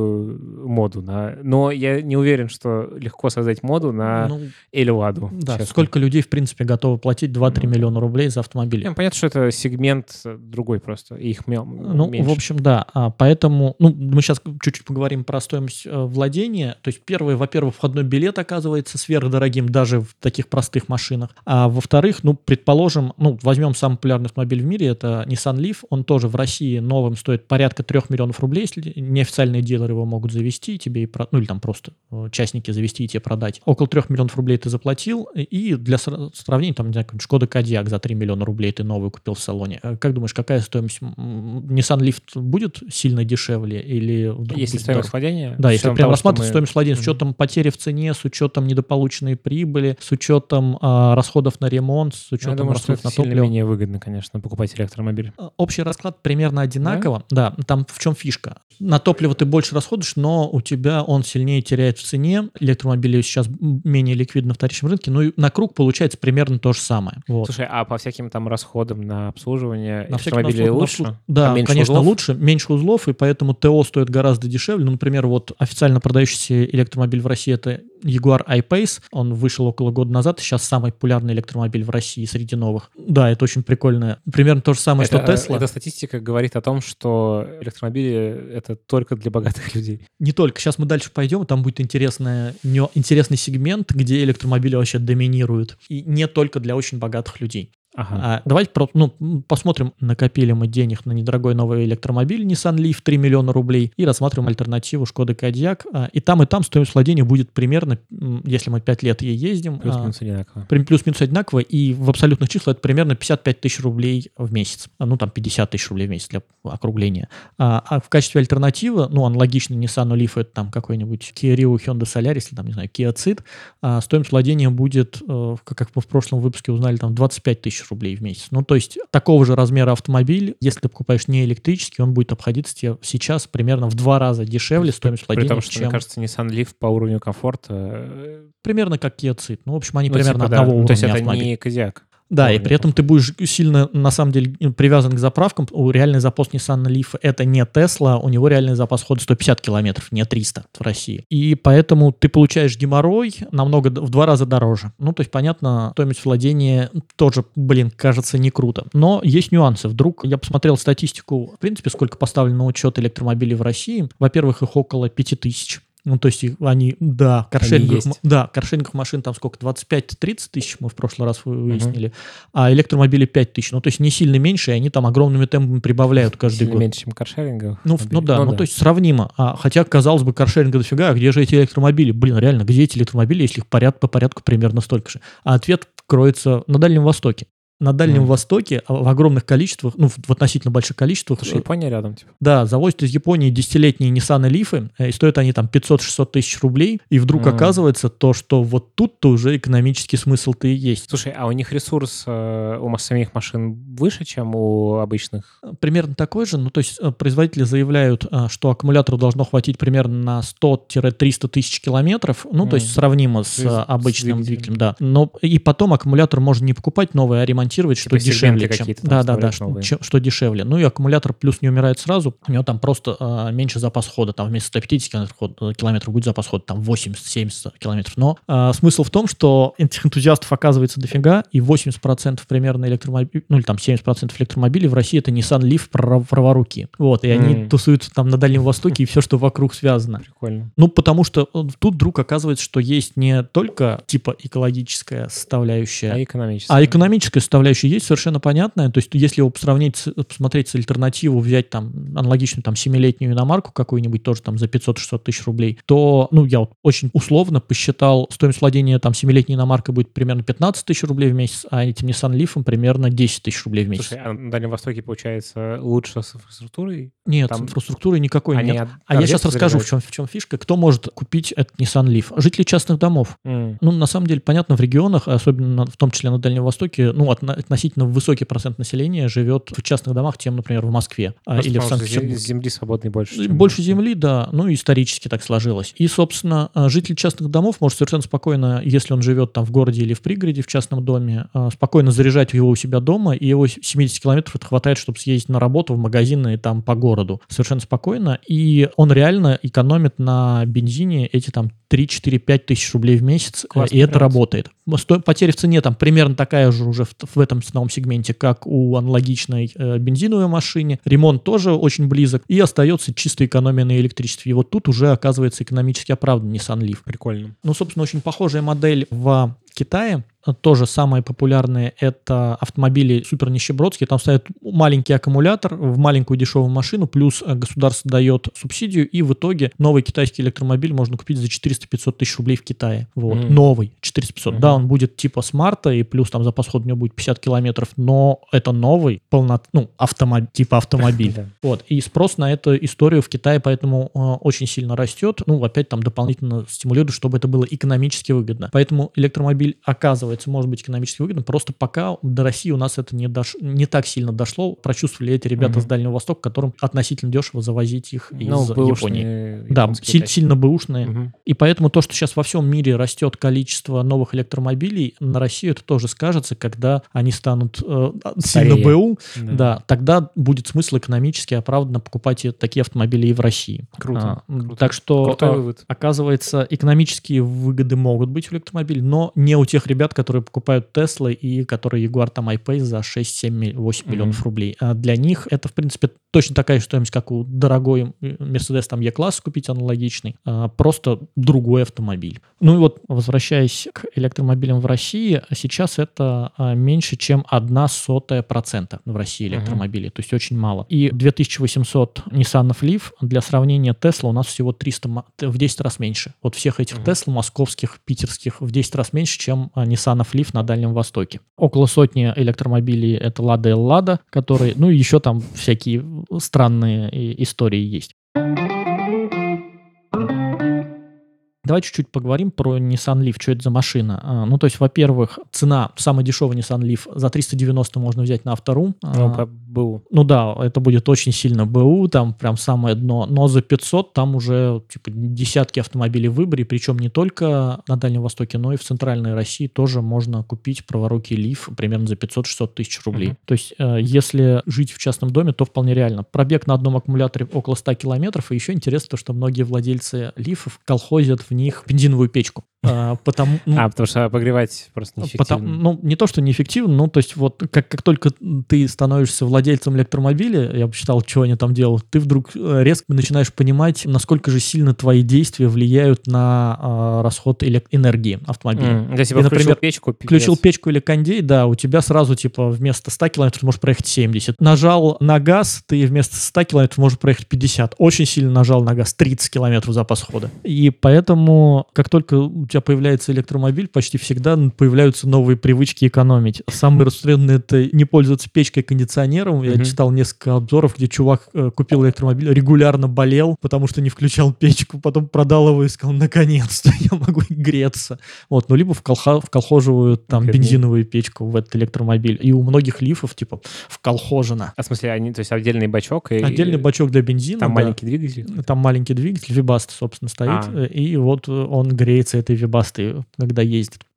некую моду. На... Но я не уверен, что легко создать моду на Ну, Эльладу. да, честно. сколько людей, в принципе, готовы платить два-три Ну, миллиона рублей за автомобиль? Не, понятно, что это сегмент другой просто, и их мел- Ну, меньше. в общем, да. А, поэтому, ну, мы сейчас чуть-чуть поговорим про стоимость э, владения. То есть, первое, во-первых, входной билет оказывается сверхдорогим даже в таких простых машинах. А во-вторых, ну, предположим, ну, возьмем самый популярный автомобиль в мире, это Nissan Leaf. Он тоже в России новым стоит порядка трех миллионов рублей, если неофициальные дилеры его могут завести тебе и про... ну, или там просто э, частники завести и тебе продать. Около трех миллионов рублей ты заплатил, и для сра- сравнения, там, не знаю, какой-нибудь Шкода Кодиак за три миллиона рублей ты новую купил в салоне. Э, Как думаешь, какая стоимость? М, Nissan Leaf будет сильно дешевле или вдруг Если будет стоимость дороже? владения... Да, с если учетом прям того, что рассматривать мы- стоимость владения с Мгм. учетом потери в цене, с учетом недополученной прибыли, с учетом а, расходов на ремонт, с Я учетом думаю, что расходов это на сильно топливо. менее выгодно, конечно, покупать электромобиль. А, Общий расклад примерно одинаково. Да? Там в чем фишка? На топливо ты больше расходуешь, но у тебя он сильнее теряет в цене. Электромобили сейчас м, менее ликвидны на вторичном рынке, ну и на круг получается примерно то же самое. Вот. Слушай, а по всяким там расходам на обслуживание На всякий электромобилей расход, на лучше? обслуж- Да, Там меньше конечно, узлов? лучше, меньше узлов, и поэтому ТО стоит гораздо дешевле. Ну, например, вот официально продающийся электромобиль в России — это Jaguar I-Pace. Он вышел около года назад, и сейчас самый популярный электромобиль в России среди новых. Да, это очень прикольно. Примерно то же самое, Это, что Tesla. эта статистика говорит о том, что электромобили — это только для богатых людей. Не только. Сейчас мы дальше пойдем, и там будет интересная, нё- интересный сегмент, где электромобили вообще доминируют. И не только для очень богатых людей. Ага. А, давайте про- ну, м, посмотрим, накопили мы денег на недорогой новый электромобиль Nissan Leaf три миллиона рублей и рассматриваем альтернативу Шкода Кодиак. А, и там, и там стоимость владения будет примерно, м, если мы пять лет ей ездим, а, Плюс-минус одинаково. прям плюс-минус одинаково, и в абсолютных числах это примерно пятьдесят пять тысяч рублей в месяц. А, Ну, там пятьдесят тысяч рублей в месяц для округления. А, а в качестве альтернативы, ну, аналогичный Nissan Leaf, это там какой-нибудь Kia Rio, Hyundai Solaris, или там, не знаю, Kia Ceed, а, стоимость владения будет, э, как как мы в прошлом выпуске узнали, там двадцать пять тысяч рублей в месяц. Ну, то есть такого же размера автомобиль, если ты покупаешь не электрический, он будет обходиться тебе сейчас примерно в два раза дешевле стоимость При владения, том, что, чем мне кажется, Nissan Leaf по уровню комфорта... э, примерно как Kia Ceed. Ну, в общем, они ну, примерно типа, да. одного Ну, то есть уровня это автомобиля. не Кодиак. Да, и уровня при этом ты будешь сильно, на самом деле, привязан к заправкам. У реальный запас Nissan Leaf — это не Tesla, у него реальный запас хода сто пятьдесят километров, не триста в России. И поэтому ты получаешь геморрой намного, д- в два раза дороже. Ну, то есть, понятно, стоимость владения тоже, блин, кажется не круто. Но есть нюансы. Вдруг я посмотрел статистику, в принципе, сколько поставлено на учет электромобилей в России. Во-первых, их около пяти тысяч. Ну, то есть их- они, да, каршеринговых, есть. м- да, каршеринговых машин там сколько, двадцать пять тридцать тысяч мы в прошлый раз вы- выяснили, а электромобили пять тысяч. Ну, то есть не сильно меньше, и они там огромными темпами прибавляют каждый Сильно год. меньше, чем каршеринговых. Ну, в- ну да, ну, то есть сравнимо. А, хотя, казалось бы, каршеринга дофига, а где же эти электромобили? Блин, реально, где эти электромобили, если их поряд, по порядку примерно столько же? А ответ кроется на Дальнем Востоке. На Дальнем Мгм. Востоке а, в огромных количествах, ну, в, в относительно больших количествах, Слушай, Япония рядом, типа. да, завозят из Японии десятилетние Nissan Leaf'ы, э, и стоят они там пятьсот-шестьсот тысяч рублей, и вдруг Мгм. оказывается то, что вот тут-то уже экономический смысл-то и есть. Слушай, а у них ресурс э, у самих машин выше, чем у обычных? Примерно такой же, ну то есть э, производители заявляют, э, что аккумулятору должно хватить примерно на сто-триста тысяч километров, ну то есть Мгм. сравнимо с То есть э, с обычным двигателем. двигателем, да. Но и потом аккумулятор можно не покупать новый, а ремонтировать ремонтировать, что Типа сегменты дешевле, чем... какие-то там Да, да, да, вставлять что, новые. чем- что дешевле. Ну и аккумулятор плюс не умирает сразу, у него там просто а, меньше запас хода, там вместо ста пятидесяти километров, ход- километров будет запас хода, там восемьдесят-семьдесят километров. Но а, смысл в том, что этих энтузиастов оказывается дофига, и восемьдесят процентов примерно электромобилей, ну или там семьдесят процентов электромобилей в России это Nissan Leaf прав- праворуки. Вот, и они М. тусуются там на Дальнем Востоке и все, что вокруг связано. Прикольно. Ну, потому что э, тут вдруг оказывается, что есть не только типа экологическая составляющая, А экономически. а экономическая составляющая есть совершенно понятная. То есть, если его сравнить, с- посмотреть с альтернативу, взять там аналогичную там семилетнюю иномарку какую-нибудь, тоже там за пятьсот-шестьсот тысяч рублей, то, ну, я вот очень условно посчитал, стоимость владения там семилетней иномаркой будет примерно пятнадцать тысяч рублей в месяц, а этим Nissan Leaf примерно десять тысяч рублей в месяц. Слушай, а на Дальнем Востоке, получается, лучше с инфраструктурой? Нет, там с инфраструктурой никакой они нет. от- А я сейчас розетки расскажу, в заряжают? чем, в чем фишка. Кто может купить этот Nissan Leaf? Жители частных домов. М. Ну, на самом деле, понятно, в регионах, особенно на- в том числе на Дальнем Востоке, ну, отно- относительно высокий процент населения живет в частных домах, чем, например, в Москве а, Просто или в потому что Санкт-Петербурге. зе- земли свободной больше. чем в Больше Москве. земли, да, ну, исторически так сложилось. И, собственно, а, житель частных домов может совершенно спокойно, если он живет там в городе или в пригороде, в частном доме, а, спокойно заряжать его у себя дома, и его семьдесят километров это хватает, чтобы съездить на работу, в магазины и там по городу. Совершенно спокойно. И он реально экономит на бензине эти там три, четыре, пять тысяч рублей в месяц, э, Классный и это вариант. работает. Сто- Потеря в цене там примерно такая же уже в, в этом ценовом сегменте, как у аналогичной э, бензиновой машины. Ремонт тоже очень близок. И остается чистая экономия на электричестве. И вот тут уже оказывается экономически оправдан Nissan Leaf. Прикольно. Ну, собственно, очень похожая модель в Китае. Тоже самые популярные это автомобили супер нищебродские. Там ставят маленький аккумулятор в маленькую дешевую машину, плюс э, государство дает субсидию, и в итоге новый китайский электромобиль можно купить за четыреста-пятьсот тысяч рублей в Китае. Вот. Мгм. Новый четыреста-пятьсот. Мгм. Да, он будет типа смарта, и плюс там запас хода у него будет пятьдесят километров, но это новый, полно, ну, автомобиль, типа автомобиль. Да. Вот. И спрос на эту историю в Китае поэтому э, очень сильно растет. Ну, опять там дополнительно стимулирует, чтобы это было экономически выгодно. Поэтому электромобиль, оказывается, может быть экономически выгодным. Просто пока до России у нас это не, дош... не так сильно дошло. Прочувствовали эти ребята Мгм. с Дальнего Востока, которым относительно дешево завозить их Ну, из бэушные Японии. Да, японские си- тачки. сильно бэушные. Мгм. И поэтому то, что сейчас во всем мире растет количество новых электромобилей, на Россию это тоже скажется, когда они станут э, сильно Старее. БУ, Да. да, тогда будет смысл экономически оправданно покупать и такие автомобили и в России. Круто, А, круто. Так что, Крутой а, вывод. оказывается, экономические выгоды могут быть у электромобилей, но не у тех ребят, которые покупают Теслы и которые Jaguar там I-Pace за шесть, семь, восемь Мгм. миллионов рублей. А для них это, в принципе, точно такая же стоимость, как у дорогой Mercedes там E-класс купить аналогичный, а, просто другой автомобиль. Ну и вот, возвращаясь к электромобилям в России, сейчас это а, меньше, чем одна сотая процента в России Мгм. электромобилей, то есть очень мало. И две тысячи восемьсот Nissan Leaf, для сравнения, Tesla у нас всего триста, ма- т- в десять раз меньше. Вот всех этих Мгм. Tesla московских, питерских в десять раз меньше, чем а, Nissan Leaf на Дальнем Востоке. Около сотни электромобилей это Lada и Lada, которые, ну и еще там всякие странные и- истории есть. Давай чуть-чуть поговорим про Nissan Leaf, что это за машина. А, Ну, то есть, во-первых, цена, самый дешевый Nissan Leaf за триста девяносто можно взять на Автору. Ну, А, по БУ. Ну да, это будет очень сильно БУ, там прям самое дно. Но за пятьсот там уже типа десятки автомобилей в выборе, причем не только на Дальнем Востоке, но и в Центральной России тоже можно купить праворукий Leaf примерно за пятьсот-шестьсот тысяч рублей. Мгм. То есть, э, если жить в частном доме, то вполне реально. Пробег на одном аккумуляторе около ста километров, и еще интересно то, что многие владельцы Лифов колхозят в них бензиновую печку. А, Потому, ну, А, потому что обогревать просто неэффективно. Потом, ну, не то, что неэффективно, ну, то есть вот как, как только ты становишься владельцем электромобиля, я посчитал, что они там делают, ты вдруг э, резко начинаешь понимать, насколько же сильно твои действия влияют на э, расход элек- энергии автомобиля. М, Если бы И, включил например, печку, пипец. Включил печку или кондей, да, у тебя сразу, типа, вместо ста километров можешь проехать семьдесят. Нажал на газ, ты вместо ста километров можешь проехать пятьдесят. Очень сильно нажал на газ, тридцать километров запас хода. И поэтому, как только у тебя появляется электромобиль, почти всегда появляются новые привычки экономить. Самое распространенное — это не пользоваться печкой и кондиционером. Я Мгм. читал несколько обзоров, где чувак э, купил электромобиль, регулярно болел, потому что не включал печку, потом продал его и сказал, наконец-то я могу греться. Вот, ну, либо вколха- вколхоживают там Бедный. бензиновую печку в этот электромобиль. И у многих лифов, типа, вколхожено. А в смысле, они, то есть отдельный бачок? И, Отдельный бачок для бензина. Там да. маленький двигатель? Там маленький двигатель, вибаст, собственно, стоит. А. э, И вот э, он греется этой вибастой, когда ездит.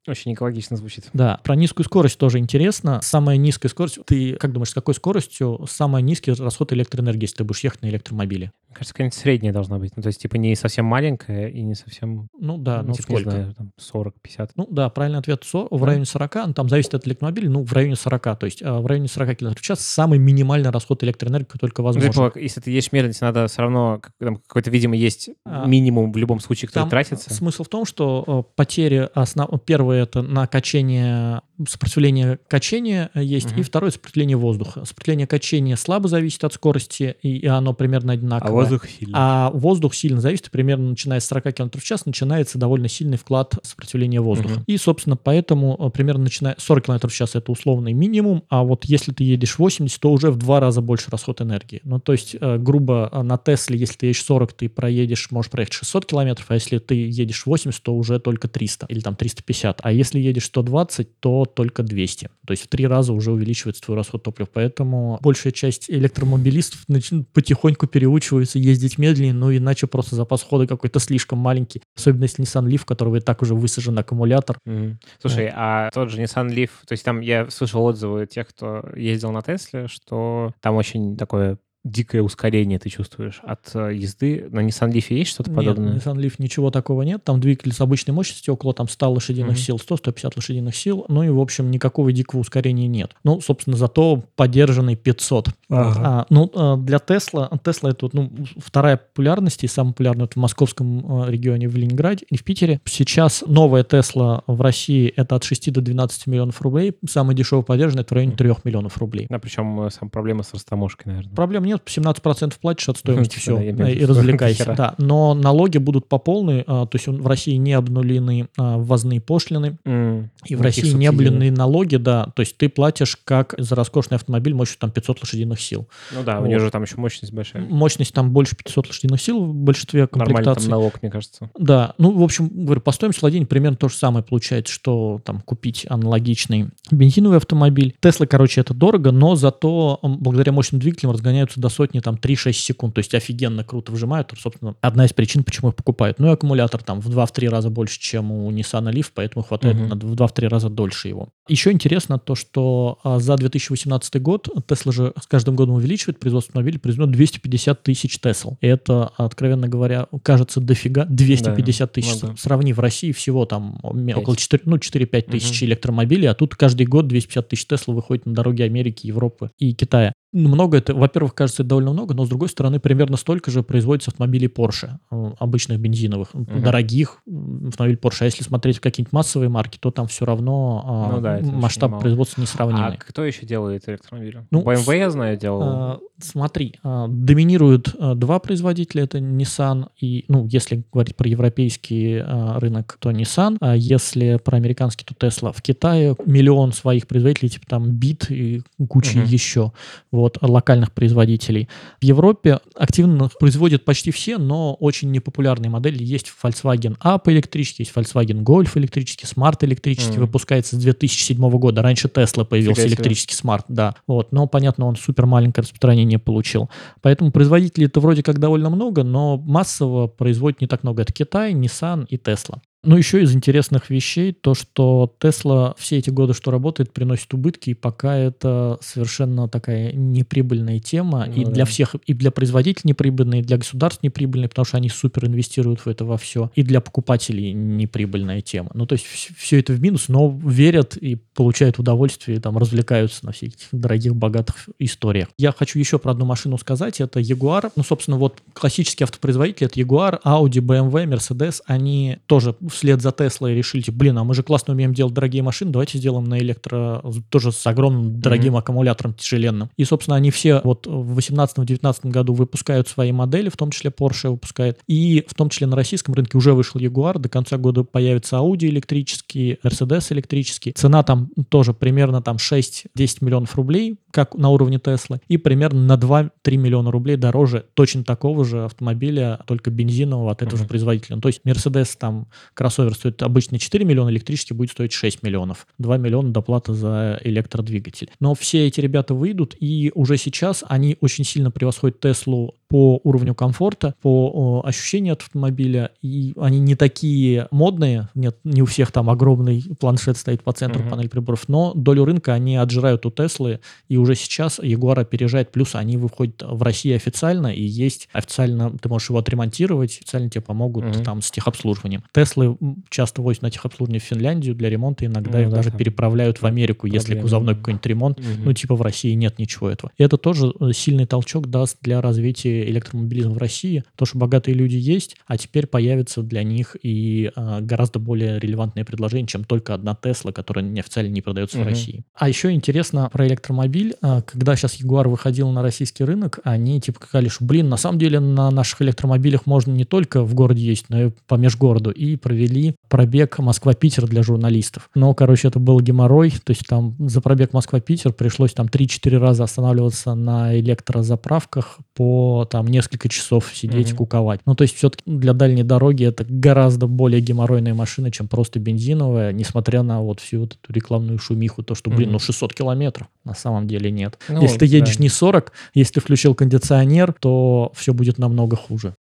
Очень экологично звучит. Да, про низкую скорость тоже интересно. Самая низкая скорость, ты как думаешь, с какой скоростью самый низкий расход электроэнергии, если ты будешь ехать на электромобиле? Мне кажется, какая-нибудь средняя должна быть. Ну, то есть, типа, не совсем маленькая и не совсем, Ну да, ну, ну типа, не сколько? знаю, там, сорок-пятьдесят. Ну да, правильный ответ со- в Да? районе сорока, ну, там зависит от электромобиля, ну в районе сорока, то есть а, в районе сорока километров в час самый минимальный расход электроэнергии, какой только Ну, возможен. типа, если ты едешь медленно, тебе надо все равно, как- там какой-то, видимо, есть А, минимум в любом случае, который Там тратится. смысл в том, что э, потери основ... первое это на качение, сопротивление качения э, есть, и Мгм. второе сопротивление воздуха. Сопротивление качения слабо зависит от скорости, и, и оно примерно А одинаковое. воздух сильный. А воздух сильно зависит, примерно начиная с сорока километров в час начинается довольно сильный вклад сопротивления воздуха. Мгм. И, собственно, поэтому э, примерно начиная сорок километров в час это условный минимум, а вот если ты едешь восемьдесят, то уже в два раза больше расход энергии. Ну, то есть, э, грубо, э, на Тесле, если ты едешь сорок, ты проедешь, можешь проехать шестьсот километров, а если ты едешь восемьдесят, то уже только триста или там триста пятьдесят. А если едешь сто двадцать, то только двести. То есть в три раза уже увеличивается твой расход топлива. Поэтому большая часть электромобилистов начин- потихоньку переучиваются ездить медленнее, ну иначе просто запас хода какой-то слишком маленький. Особенно если Nissan Leaf, у которого и так уже высажен аккумулятор. Мгм. Слушай, а тот же Nissan Leaf, то есть там я слышал отзывы тех, кто ездил на Тесле, что там очень такое дикое ускорение ты чувствуешь от э, езды. На Nissan Leaf есть что-то Нет, подобное? Nissan Leaf ничего такого нет. Там двигатель с обычной мощностью около там ста лошадиных Мгм. сил, сто сто пятьдесят лошадиных сил. Ну и, в общем, никакого дикого ускорения нет. Ну, собственно, зато поддержанный пятьсот. Ага. А, ну, а, для Tesla, Tesla это вот, ну, вторая популярность, и самая популярная вот в московском э, регионе, в Ленинграде и в Питере. Сейчас новая Tesla в России это от шести до двенадцати миллионов рублей. Самый дешевый поддержанный это в районе трёх миллионов рублей. Да, причем сам проблема с растаможкой, наверное. Проблем нет, семнадцать процентов платишь от стоимости, Типа, все, да, я имею в и виду, развлекайся. дохера. Да, но налоги будут по полной, а, то есть он- в России не обнулены а, ввозные пошлины, М, и в никаких России не субсидий обнулены нет. налоги, да, то есть ты платишь как за роскошный автомобиль мощью там пятьсот лошадиных сил. Ну да, у Вот. нее же там еще мощность большая. Мощность там больше пятисот лошадиных сил в большинстве Нормально там комплектаций. налог, мне кажется. Да, ну, в общем, говорю, по стоимости владения примерно то же самое получается, что там купить аналогичный бензиновый автомобиль. Тесла, короче, это дорого, но зато м, благодаря мощным двигателям разгоняются до сотни там три-шесть секунд, то есть офигенно круто выжимают, собственно, одна из причин, почему их покупают. Ну и аккумулятор там в два-три раза больше, чем у Nissan Leaf, поэтому хватает Мгм. на в два-три раза дольше его. Еще интересно то, что а, за две тысячи восемнадцатый год Tesla же с каждым годом увеличивает производство автомобилей, произведено двести пятьдесят тысяч Тесл. И это, откровенно говоря, кажется дофига, двести пятьдесят тысяч. ну да. Сравни, в России всего там м, Пять. около четыре, ну, четыре-пять тысяч Мгм. электромобилей, а тут каждый год двести пятьдесят тысяч Тесла выходит на дороги Америки, Европы и Китая. Много это, во-первых, кажется, это довольно много, но, с другой стороны, примерно столько же производится автомобилей Porsche, э, обычных бензиновых, Мгм. дорогих м, автомобилей Porsche. А если смотреть какие-нибудь массовые марки, то там все равно а, Ну да, это очень масштаб мало. производства А несравнимый. кто еще делает электромобили? Ну, бэ эм вэ, с- я знаю, делал. А, Смотри, а, доминируют а, два производителя, это Nissan и, ну, если говорить про европейский а, рынок, то Nissan, а если про американский, то Tesla. В Китае миллион своих производителей, типа там Бит и куча Мгм. еще, вот, локальных производителей. В Европе активно производят почти все, но очень непопулярные модели. Есть Volkswagen Up электрический, есть Volkswagen Golf электрический, Smart электрический, Мгм. выпускается с две тысячи седьмого года. Раньше Tesla появился Фига себе. электрический Smart, да. Вот, но, понятно, он супер маленькое распространение получил. Поэтому производителей-то вроде как довольно много, но массово производят не так много. Это Китай, Nissan и Tesla. Ну, еще из интересных вещей то, что Tesla все эти годы, что работает, приносит убытки, и пока это совершенно такая неприбыльная тема, и Ну для да. всех, и для производителей неприбыльная, и для государств неприбыльная, потому что они супер инвестируют в это во все, и для покупателей неприбыльная тема. Ну, то есть все это в минус, но верят и получают удовольствие, и там развлекаются на всех этих дорогих, богатых историях. Я хочу еще про одну машину сказать, это Jaguar. Ну, собственно, вот классические автопроизводители, это Jaguar, Audi, бэ эм вэ, Mercedes, они тоже вслед за Теслой решили, типа, блин, а мы же классно умеем делать дорогие машины, давайте сделаем на электро, тоже с огромным дорогим Мгм. аккумулятором тяжеленным. И, собственно, они все вот в восемнадцатом-девятнадцатом году выпускают свои модели, в том числе Porsche выпускает, и в том числе на российском рынке уже вышел Jaguar, до конца года появится Audi электрический, Mercedes электрический. Цена там тоже примерно там шесть-десять миллионов рублей, как на уровне Теслы, и примерно на два-три миллиона рублей дороже точно такого же автомобиля, только бензинового от этого же Мгм. производителя. Ну, то есть Mercedes там кроссовер стоит обычно четыре миллиона, электрический будет стоить шесть миллионов. два миллиона доплата за электродвигатель. Но все эти ребята выйдут, и уже сейчас они очень сильно превосходят Теслу по уровню комфорта, по о, ощущению от автомобиля, и они не такие модные, нет, не у всех там огромный планшет стоит по центру, Мгм. панель приборов, но долю рынка они отжирают у Теслы, и уже сейчас Jaguar опережает, плюс они выходят в России официально, и есть официально, ты можешь его отремонтировать, официально тебе помогут Мгм. там с техобслуживанием. Теслы м, часто возят на техобслуживание в Финляндию для ремонта, иногда Ну их да, даже там переправляют в Америку, если проблемы. кузовной какой-нибудь ремонт, Мгм. ну типа в России нет ничего этого. И это тоже э, сильный толчок даст для развития электромобилизма в России, потому что богатые люди есть, а теперь появится для них и а, гораздо более релевантное предложение, чем только одна Тесла, которая неофициально не продается в Мгм. России. А еще интересно про электромобиль, а, когда сейчас Jaguar выходил на российский рынок, они типа сказали, что, блин, на самом деле на наших электромобилях можно не только в городе ездить, но и по межгороду, и провели пробег Москва-Питер для журналистов. Но, короче, это был геморрой, то есть там за пробег Москва-Питер пришлось там три-четыре раза останавливаться на электрозаправках по там несколько часов сидеть, Мгм. куковать. Ну, то есть все-таки для дальней дороги это гораздо более геморройная машина, чем просто бензиновая, несмотря на вот всю вот эту рекламную шумиху, то, что, блин, ну Мгм. шестьсот километров. На самом деле нет. Ну, Если ты едешь да. не сорок, если включил кондиционер, то все будет намного хуже.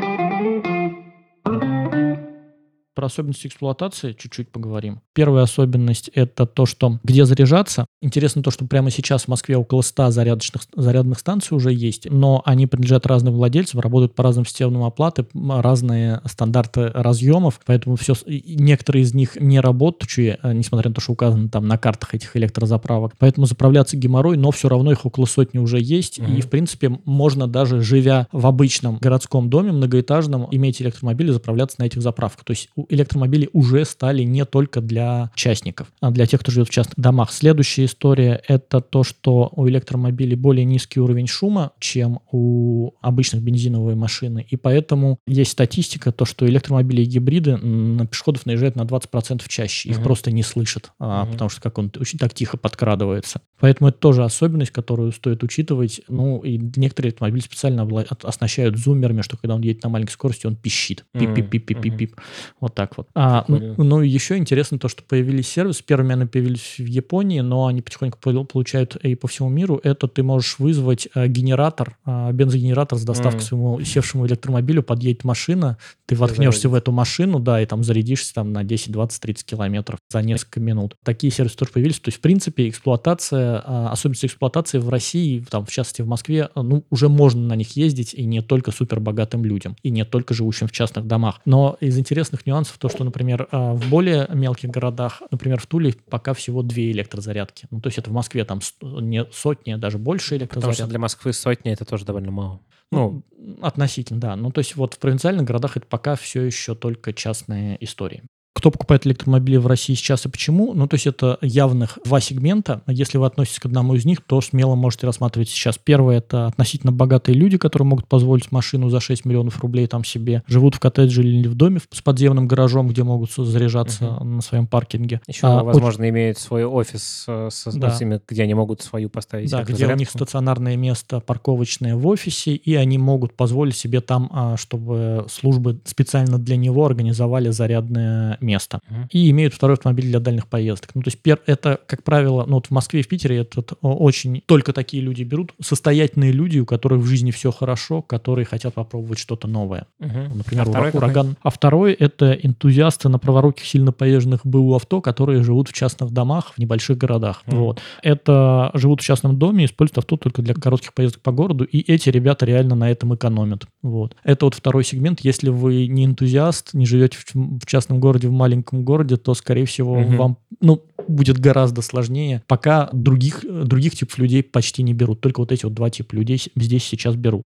Про особенности эксплуатации чуть-чуть поговорим. Первая особенность – это то, что где заряжаться. Интересно то, что прямо сейчас в Москве около ста зарядочных, зарядных станций уже есть, но они принадлежат разным владельцам, работают по разным системам оплаты, м, разные стандарты разъемов, поэтому все, и некоторые из них не работающие, э, несмотря на то, что указано там на картах этих электрозаправок. Поэтому заправляться геморрой, но все равно их около сотни уже есть, и, Мгм. в принципе, можно даже, живя в обычном городском доме многоэтажном, иметь электромобиль и заправляться на этих заправках. То есть у- электромобили уже стали не только для частников, а для тех, кто живет в частных домах. Следующая история – это то, что у электромобилей более низкий уровень шума, чем у обычных бензиновой машины, и поэтому есть статистика, то, что электромобили и гибриды м, на пешеходов наезжают на двадцать процентов чаще, их Мгм. просто не слышат, а, Мгм. потому что как он очень так тихо подкрадывается. Поэтому это тоже особенность, которую стоит учитывать. Ну, и некоторые автомобили специально обла- от- оснащают зуммерами, что когда он едет на маленькой скорости, он пищит. Мгм. Пип-пип-пип-пип-пип. Вот так вот. А, н- Прикольно. ну, и еще интересно то, что появились сервисы. Первыми они появились в Японии, но они потихоньку пол- получают и по всему миру. Это ты можешь вызвать э, генератор, а, бензогенератор с доставкой М. своему севшему электромобилю, подъедет машина, ты Всё воткнешься в зарядится. эту машину, да, и там зарядишься там на десять, двадцать, тридцать километров за несколько минут. Такие сервисы тоже появились. То есть, в принципе, эксплуатация, а, особенности эксплуатации в России, там, в частности, в Москве, а, ну, уже можно на них ездить, и не только супербогатым людям, и не только живущим в частных домах. Но из интересных нюансов то, что, например, а, в более мелких городах, например, в Туле пока всего две электрозарядки. Ну, то есть это в Москве там с- не сотни, а даже больше Потому что электрозарядок. для Москвы сотня — это тоже довольно мало. Ну, Ну, относительно, да. Ну, то есть вот в провинциальных городах это пока все еще только частные истории. Кто покупает электромобили в России сейчас и почему? Ну, то есть это явных два сегмента. Если вы относитесь к одному из них, то смело можете рассматривать сейчас. Первое – это относительно богатые люди, которые могут позволить машину за шесть миллионов рублей там себе, живут в коттедже или в доме с подземным гаражом, где могут заряжаться Мгм. на своем паркинге. еще, А, очень- возможно, имеют свой офис, э, со- ну, Да. с ними, где они могут свою поставить Да, где у них электрозарядку. стационарное место парковочное в офисе, и они могут позволить себе там, а, чтобы службы специально для него организовали зарядное место. Мгм. И имеют второй автомобиль для дальних поездок. Ну, то есть пер- это, как правило, ну, вот в Москве и в Питере это о- очень только такие люди берут, состоятельные люди, у которых в жизни все хорошо, которые хотят попробовать что-то новое. Мгм. Например, А второй ура- какой? ураган. А второй – это энтузиасты на праворуких, сильно поезженных БУ авто, которые живут в частных домах в небольших городах. Мгм. Вот. Это живут в частном доме, используют авто только для коротких поездок по городу, и эти ребята реально на этом экономят. Вот. Это вот второй сегмент. Если вы не энтузиаст, не живете в, в частном городе, в маленьком городе, то, скорее всего, Мгм. вам ну, будет гораздо сложнее. Пока других, других типов людей почти не берут. Только вот эти вот два типа людей с- здесь сейчас берут.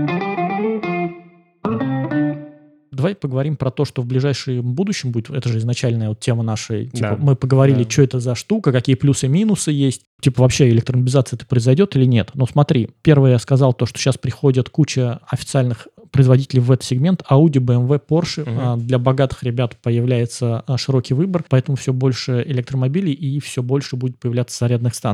Давай поговорим про то, что в ближайшем будущем будет. Это же изначальная вот тема нашей. Типа, Да, мы поговорили, да. что это за штука, какие плюсы и минусы есть. Типа, вообще электромобилизация это произойдет или нет. Но смотри, первое я сказал то, что сейчас приходит куча официальных производителей в этот сегмент. Audi, бэ эм вэ, Porsche. Мгм. А, Для богатых ребят появляется а, широкий выбор, поэтому все больше электромобилей и все больше будет появляться зарядных станций.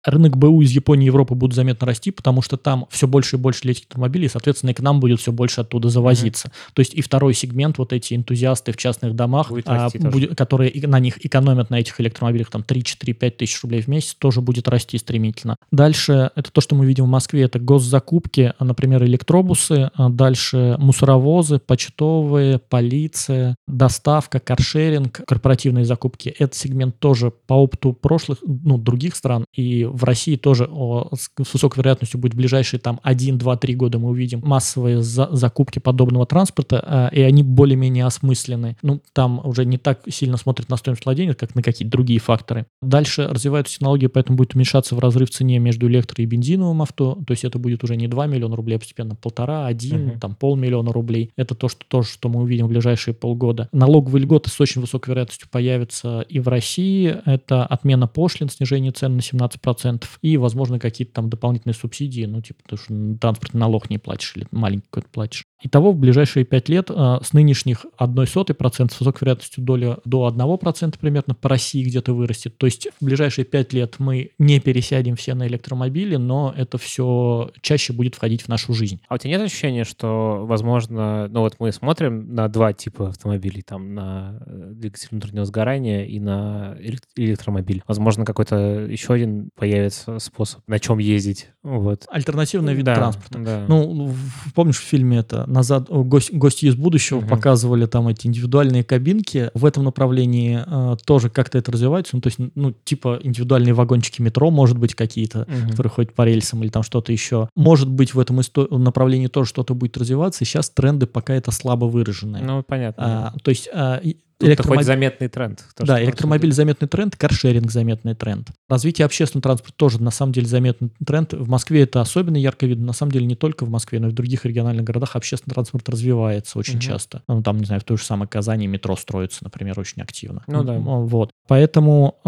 Рынок БУ из Японии и Европы будет заметно расти, потому что там все больше и больше электромобилей, и, соответственно, и к нам будет все больше оттуда завозиться. Mm-hmm. То есть и второй сегмент, вот эти энтузиасты в частных домах, а, будет, которые на них экономят на этих электромобилях там три, четыре, пять тысяч рублей в месяц, тоже будет расти стремительно. Дальше, это то, что мы видим в Москве, это госзакупки, например, электробусы, дальше мусоровозы, почтовые, полиция, доставка, каршеринг, корпоративные закупки. Этот сегмент тоже по опыту прошлых, ну, других стран, и в России тоже о, с, с высокой вероятностью будет в ближайшие там один, два, три года мы увидим массовые за, закупки подобного транспорта, э, и они более-менее осмысленны. Ну, там уже не так сильно смотрят на стоимость владения, как на какие-то другие факторы. Дальше развиваются технологии, поэтому будет уменьшаться в разрыв в цене между электро- и бензиновым авто, то есть это будет уже не два миллиона рублей, а постепенно полтора, один, uh-huh. там полмиллиона рублей. Это то, что, то, что мы увидим в ближайшие полгода. Налоговые льготы с очень высокой вероятностью появятся и в России. Это отмена пошлин, снижение цен на семнадцать процентов и, возможно, какие-то там дополнительные субсидии, ну, типа, потому что транспортный налог не платишь или маленький какой-то платишь. Итого в ближайшие пять лет э, с нынешних ноль целых одна сотая процента с высокой вероятностью доля до одного процента примерно по России где-то вырастет. То есть в ближайшие пять лет мы не пересядем все на электромобили, но это все чаще будет входить в нашу жизнь. А у тебя нет ощущения, что, возможно, ну вот мы смотрим на два типа автомобилей, там на двигатель внутреннего сгорания и на электромобиль. Возможно, какой-то еще один появится способ, на чем ездить. Вот. Альтернативный вид да, транспорта. Да. Ну, помнишь, в фильме это «Назад», гость, «Гости из будущего» угу. показывали там эти индивидуальные кабинки. В этом направлении э, тоже как-то это развивается. Ну, то есть, ну, типа индивидуальные вагончики метро, может быть, какие-то, угу. которые ходят по рельсам или там что-то еще. Может быть, в этом исто- направлении тоже что-то будет развиваться. И сейчас тренды пока это слабо выраженные. Ну, понятно. А, то есть... А, Электромоб... хоть заметный тренд. То, да, электромобиль заметный тренд, каршеринг заметный тренд. Развитие общественного транспорта тоже на самом деле заметный тренд. В Москве это особенно ярко видно. На самом деле не только в Москве, но и в других региональных городах общественный транспорт развивается очень угу. часто. Ну, там, не знаю, в той же самой Казани метро строится, например, очень активно. Ну да. Вот. Поэтому...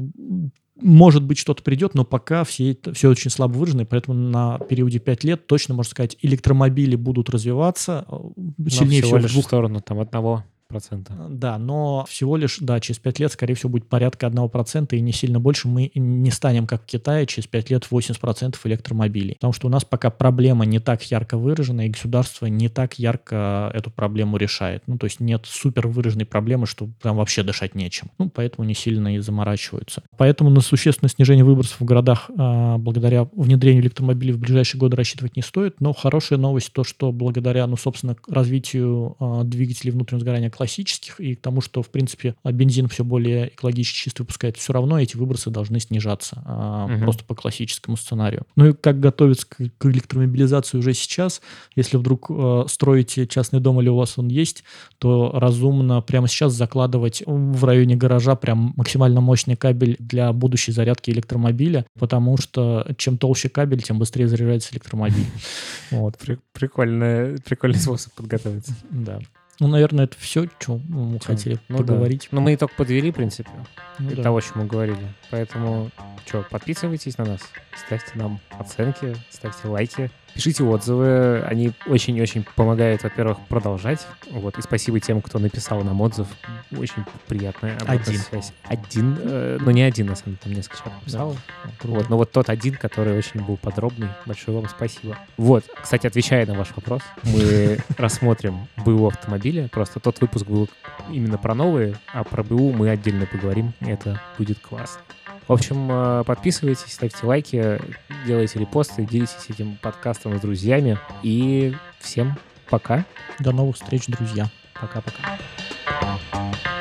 Может быть, что-то придет, но пока все, это, все очень слабо выражено, поэтому на периоде пять лет точно, можно сказать, электромобили будут развиваться сильнее всего. всего лишь в двух... в сторону там одного процента. Да, но всего лишь, да, через пять лет, скорее всего, будет порядка одного процента и не сильно больше. Мы не станем, как в Китае, через пять лет восемьдесят процентов электромобилей. Потому что у нас пока проблема не так ярко выражена, и государство не так ярко эту проблему решает. Ну, то есть нет супер выраженной проблемы, что прям вообще дышать нечем. Ну, поэтому не сильно и заморачиваются. Поэтому на существенное снижение выбросов в городах а, благодаря внедрению электромобилей в ближайшие годы рассчитывать не стоит. Но хорошая новость то, что благодаря, ну, собственно, развитию а, двигателей внутреннего сгорания классических и к тому, что, в принципе, бензин все более экологически чисто выпускает, все равно эти выбросы должны снижаться а, угу. просто по классическому сценарию. Ну и как готовиться к, к электромобилизации уже сейчас, если вдруг э, строите частный дом или у вас он есть, то разумно прямо сейчас закладывать в районе гаража прям максимально мощный кабель для будущей зарядки электромобиля, потому что чем толще кабель, тем быстрее заряжается электромобиль. Прикольный способ подготовиться. Да. Ну, наверное, это все, что мы хотели ну, поговорить. Да. Ну, мы итог подвели, в принципе, ну, да. того, о чем мы говорили. Поэтому, что, подписывайтесь на нас, ставьте нам оценки, ставьте лайки, пишите отзывы. Они очень-очень помогают, во-первых, продолжать. Вот. И спасибо тем, кто написал нам отзыв. Очень приятная один. связь. Один. Э, ну, не один, на самом деле, там несколько человек написал. Да. Вот. Но вот тот один, который очень был подробный. Большое вам спасибо. Вот. Кстати, отвечая на ваш вопрос, мы рассмотрим БУ автомобиля. Просто тот выпуск был именно про новые, а про БУ мы отдельно поговорим. Это будет классно. В общем, подписывайтесь, ставьте лайки, делайте репосты, делитесь этим подкастом с друзьями. И всем пока. До новых встреч, друзья. Пока-пока.